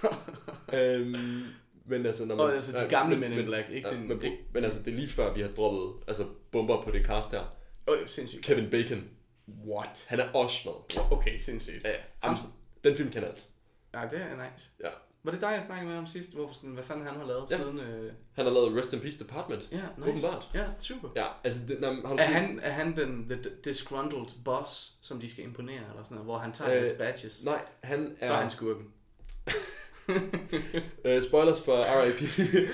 Men altså, når man... Og altså de gamle Men in Black, ikke? Men altså, det er lige før, vi har droppet bomber på det cast her. Sindssygt. Kevin Bacon. What? Han er også med. Okay, sindssygt. Ja, den film kan alt. Ja, det er nice. Ja. Var det dig, jeg snakkede med om sidst? Hvad fanden han har lavet siden... Han har lavet Rest in Peace Department. Ja, nice. Åbenbart. Ja, super. Ja, altså... Har du er han den the disgruntled boss, som de skal imponere, eller sådan noget, hvor han tager hans badges? Nej, han er... Så er han skurken. Spoilers for R.I.P.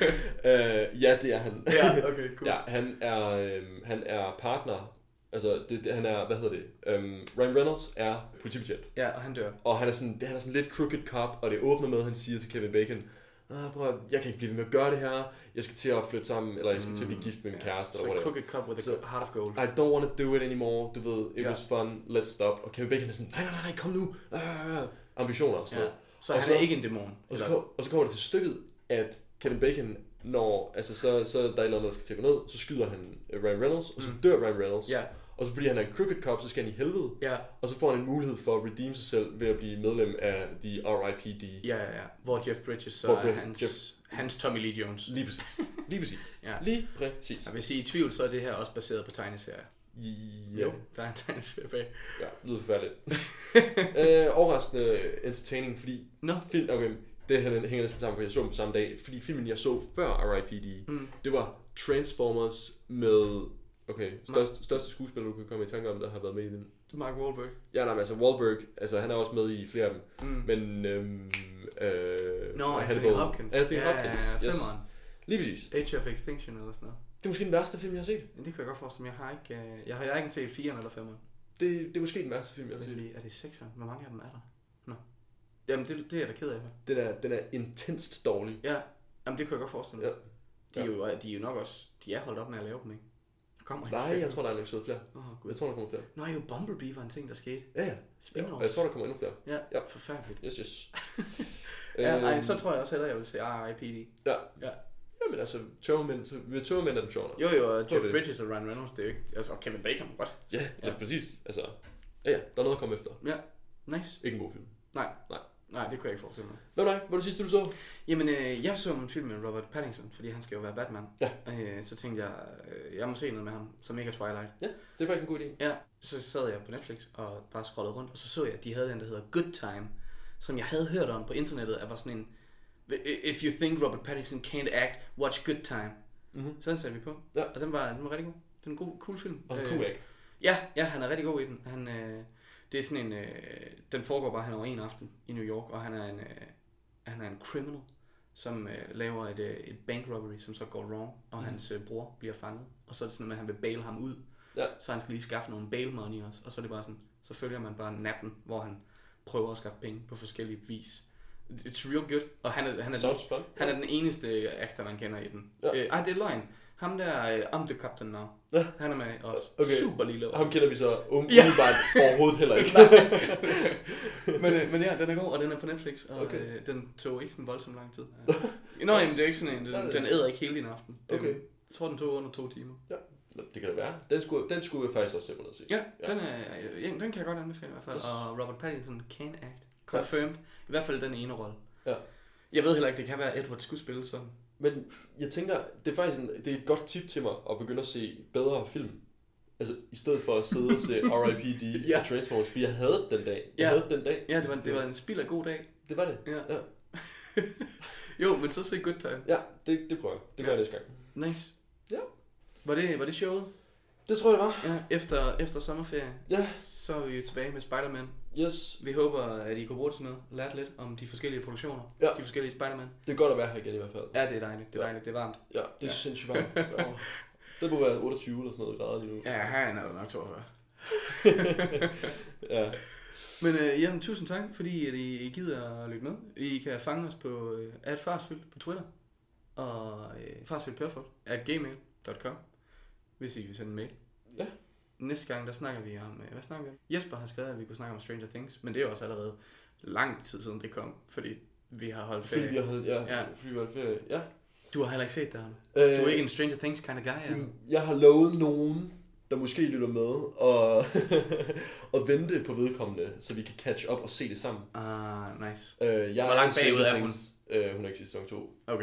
Ja, det er han. Ja, okay, cool. Ja, han er partner. Altså, han er, hvad hedder det? Ryan Reynolds er politibetjent. Ja, og han dør. Og han er sådan lidt crooked cop, og det åbner med, at han siger til Kevin Bacon, prøv, jeg kan ikke blive ved med at gøre det her. Jeg skal til at flytte sammen, eller jeg skal til at blive gift med min kæreste. Så crooked cop with a heart of gold. I don't want to do it anymore. Du ved, it was fun, let's stop. Og Kevin Bacon er sådan, nej, kom nu. Ambitioner og sådan noget. Så han er ikke en dæmon. Og så kommer det til stykket, at Kevin Bacon, når så der er et eller andet, der skal til at gå ned, så skyder han Ryan Reynolds, og så dør Ryan Reynolds. Ja. Og så fordi han er en crooked cop, så skal han i helvede. Ja. Og så får han en mulighed for at redeem sig selv ved at blive medlem af de R.I.P.D. Ja. Hvor Jeff Bridges så er hans Tommy Lee Jones. Lige præcis. Ja. Lige præcis. Jeg vil sige, i tvivl, så er det her også baseret på tegneserier. Ja. Jo, der er en tegneserie bag. Ja, det lyder forfærdeligt. Overraskende entertaining, fordi film, okay, det hænger næsten sammen, for jeg så dem på samme dag. Fordi filmen, jeg så før R.I.P.D., det var Transformers med... Okay, største skuespiller, du kan komme i tanke om, der har været med i den. Mark Wahlberg. Ja, nej, men altså Wahlberg, altså han er også med i flere af dem. Men... Anthony Hopkins. Anthony Hopkins, yes. Lige præcis. Age of Extinction eller sådan noget. Det er måske den værste film, jeg har set. Det kan jeg godt forestille mig. Jeg har ikke set 4'eren eller 5'eren. Det er måske den værste film, jeg har set. Er det 6'eren? Hvor mange af dem er der? Nå. Jamen, det er jeg da ked af. Den er intenst dårlig. Ja, jamen det kunne jeg godt forestille mig. Ja. De er jo nok også... De er holdt op med at lave dem, ikke? Nej, jeg tror, der er nok flere. Jeg tror, der kommer flere. Nå, jo, Bumblebee var en ting, der skete. Ja. Spin-offs. Jeg tror, der kommer endnu flere. Ja. Forfærdeligt. Yes. Så tror jeg også hellere, jeg vil se R.I.P.D. Ja. Men altså, Tørmænd er den sjovere. Jo, Jeff Bridges og Ryan Reynolds, det er jo ikke... Altså, Kevin Bacon, godt. Ja, præcis. Altså, ja, der er noget at komme efter. Ja, nice. Ikke en god film. Nej, det kunne jeg ikke forestille mig. Hvad var det sidste, du så? Jamen, jeg så en film med Robert Pattinson, fordi han skal jo være Batman. Ja. Så tænkte jeg må se noget med ham, som ikke er Twilight. Ja, det er faktisk en god idé. Ja, så sad jeg på Netflix og bare scrollede rundt, og så jeg, at de havde den, der hedder Good Time, som jeg havde hørt om på internettet, at var sådan en, if you think Robert Pattinson can't act, watch Good Time. Så den satte vi på, og den var rigtig god. Det er en god, cool film. Og en cool act. Ja, han er rigtig god i den. Det er sådan en, den foregår bare hen over en aften i New York, og han er en criminal, som laver et bank robbery, som så går wrong, og hans bror bliver fanget, og så er det sådan, at han vil bail ham ud, så han skal lige skaffe nogle bail money også, og så er det bare sådan, så følger man bare natten, hvor han prøver at skaffe penge på forskellige vis. It's real good, og han er den eneste actor, man kender i den. Det er løgn. Ham der, I'm the captain now. Han er med også. Okay. Super lille. Ham kender vi så umiddelbart overhovedet heller ikke. men ja, den er god, og den er på Netflix, og den tog ikke sådan voldsomt lang tid. Nå, jamen, det er ikke sådan en, den æder ikke hele din aften. Jeg tror, den tog under 2 timer. Ja, det kan det være. Den skulle jeg faktisk også se på noget. Ja, den kan jeg godt anbefale i hvert fald. Og Robert Pattinson can act. Confirmed. I hvert fald den ene rolle. Ja. Jeg ved heller ikke, det kan være Edward skulle spille sådan. Men jeg tænker, det er faktisk det er et godt tip til mig at begynde at se bedre film. Altså i stedet for at sidde og se R.I.P.D. og Transformers, fordi jeg havde den dag. Ja, det var en spild af god dag. Det var det. Ja. Jo, men så se Good Time. Ja, det prøver jeg. Det gør jeg næste gang. Nice. Ja. Var det showet? Det tror jeg, det var. Ja, efter sommerferien. Ja. Så er vi tilbage med Spider-Man. Yes. Vi håber, at I kunne bruge det til noget. Lært lidt om de forskellige produktioner. Ja. De forskellige Spider-Man. Det er godt at være her igen i hvert fald. Ja, det er dejligt. Det er dejligt. Det er varmt. Ja, det er sindssygt varmt. Det må være 28 eller sådan noget grader lige nu. Ja, her er det nok 42. Ja. Men jamen, tusind tak, fordi I gider at lytte med. I kan fange os på @farsfyld på Twitter. Og farsfyldperfult@gmail.com, hvis I vil sende en mail. Ja. Næste gang, der snakker vi om... Hvad snakker vi om? Jesper har skrevet, at vi kunne snakke om Stranger Things, men det er jo også allerede lang tid siden det kom, fordi vi har holdt ferie. Fordi vi har holdt ferie, ja. Du har heller ikke set det her. Du er ikke en Stranger Things kind of guy, ja? Jeg har lovet nogen, der måske lytter med, og vente på vedkommende, så vi kan catch up og se det sammen. Nice. Jeg Hvor langt bagud er hun? Hun er ikke i sæson 2. Okay,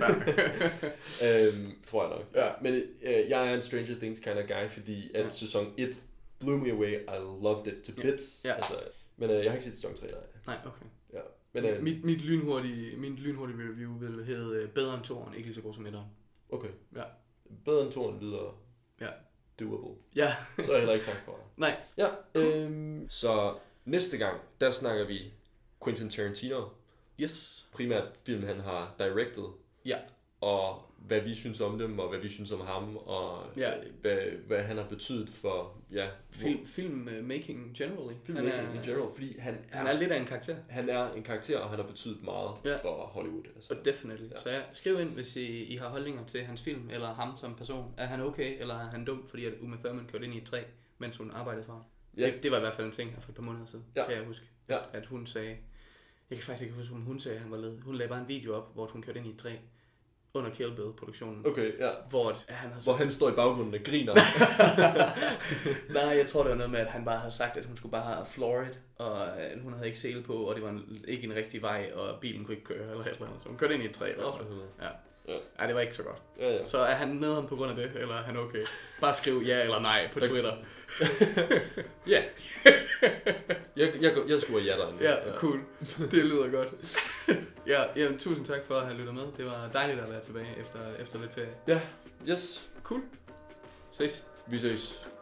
tror jeg nok. Ja. Men jeg er en Stranger Things kind of guy, fordi at sæson 1 blew me away. I loved it to bits. Ja. Altså, men jeg har ikke set sæson 3, Nej, okay. Ja. Men, mit lynhurtige review vil hedde bedre end 2'eren, ikke lige så god som 1'eren. Okay. Ja. Bedre end 2'eren lyder doable. Ja. Så har jeg heller ikke sagt for dig. Nej. Ja. Så næste gang, der snakker vi Quentin Tarantino. Yes. Primært filmen, han har directed. Ja. Og hvad vi synes om dem, og hvad vi synes om ham, og hvad han har betydet for Filmmaking generally. Filmmaking in general, fordi han er lidt af en karakter. Han er en karakter, og han har betydet meget for Hollywood. Altså. Definitely. Ja. Så skriv ind, hvis I har holdninger til hans film, eller ham som person. Er han okay, eller er han dum, fordi at Uma Thurman kørte ind i et træ, mens hun arbejdede for ham? Ja. Det var i hvert fald en ting her for et par måneder siden, kan jeg huske. Ja. At hun sagde, jeg kan faktisk ikke huske, om hun sagde, at han var led. Hun lagde bare en video op, hvor hun kørte ind i et træ under Kill Bill-produktionen. Okay, ja. Hvor han havde sagt, hvor han står i baggrunden og griner. Nej, jeg tror, det var noget med, at han bare havde sagt, at hun skulle bare have flooret, og hun havde ikke sele på, og det var ikke en rigtig vej, og bilen kunne ikke køre, eller et eller andet. Så hun kørte ind i et træ. Ja, det var ikke så godt. Ja. Så er han med ham på grund af det, eller er han okay? Bare skriv ja eller nej på Twitter. Ja. Jeg skriver ja derinde. Ja, cool. Det lyder godt. Jamen, tusind tak for at have lyttet med. Det var dejligt at være tilbage efter lidt ferie. Ja, yes. Cool. Ses. Vi ses.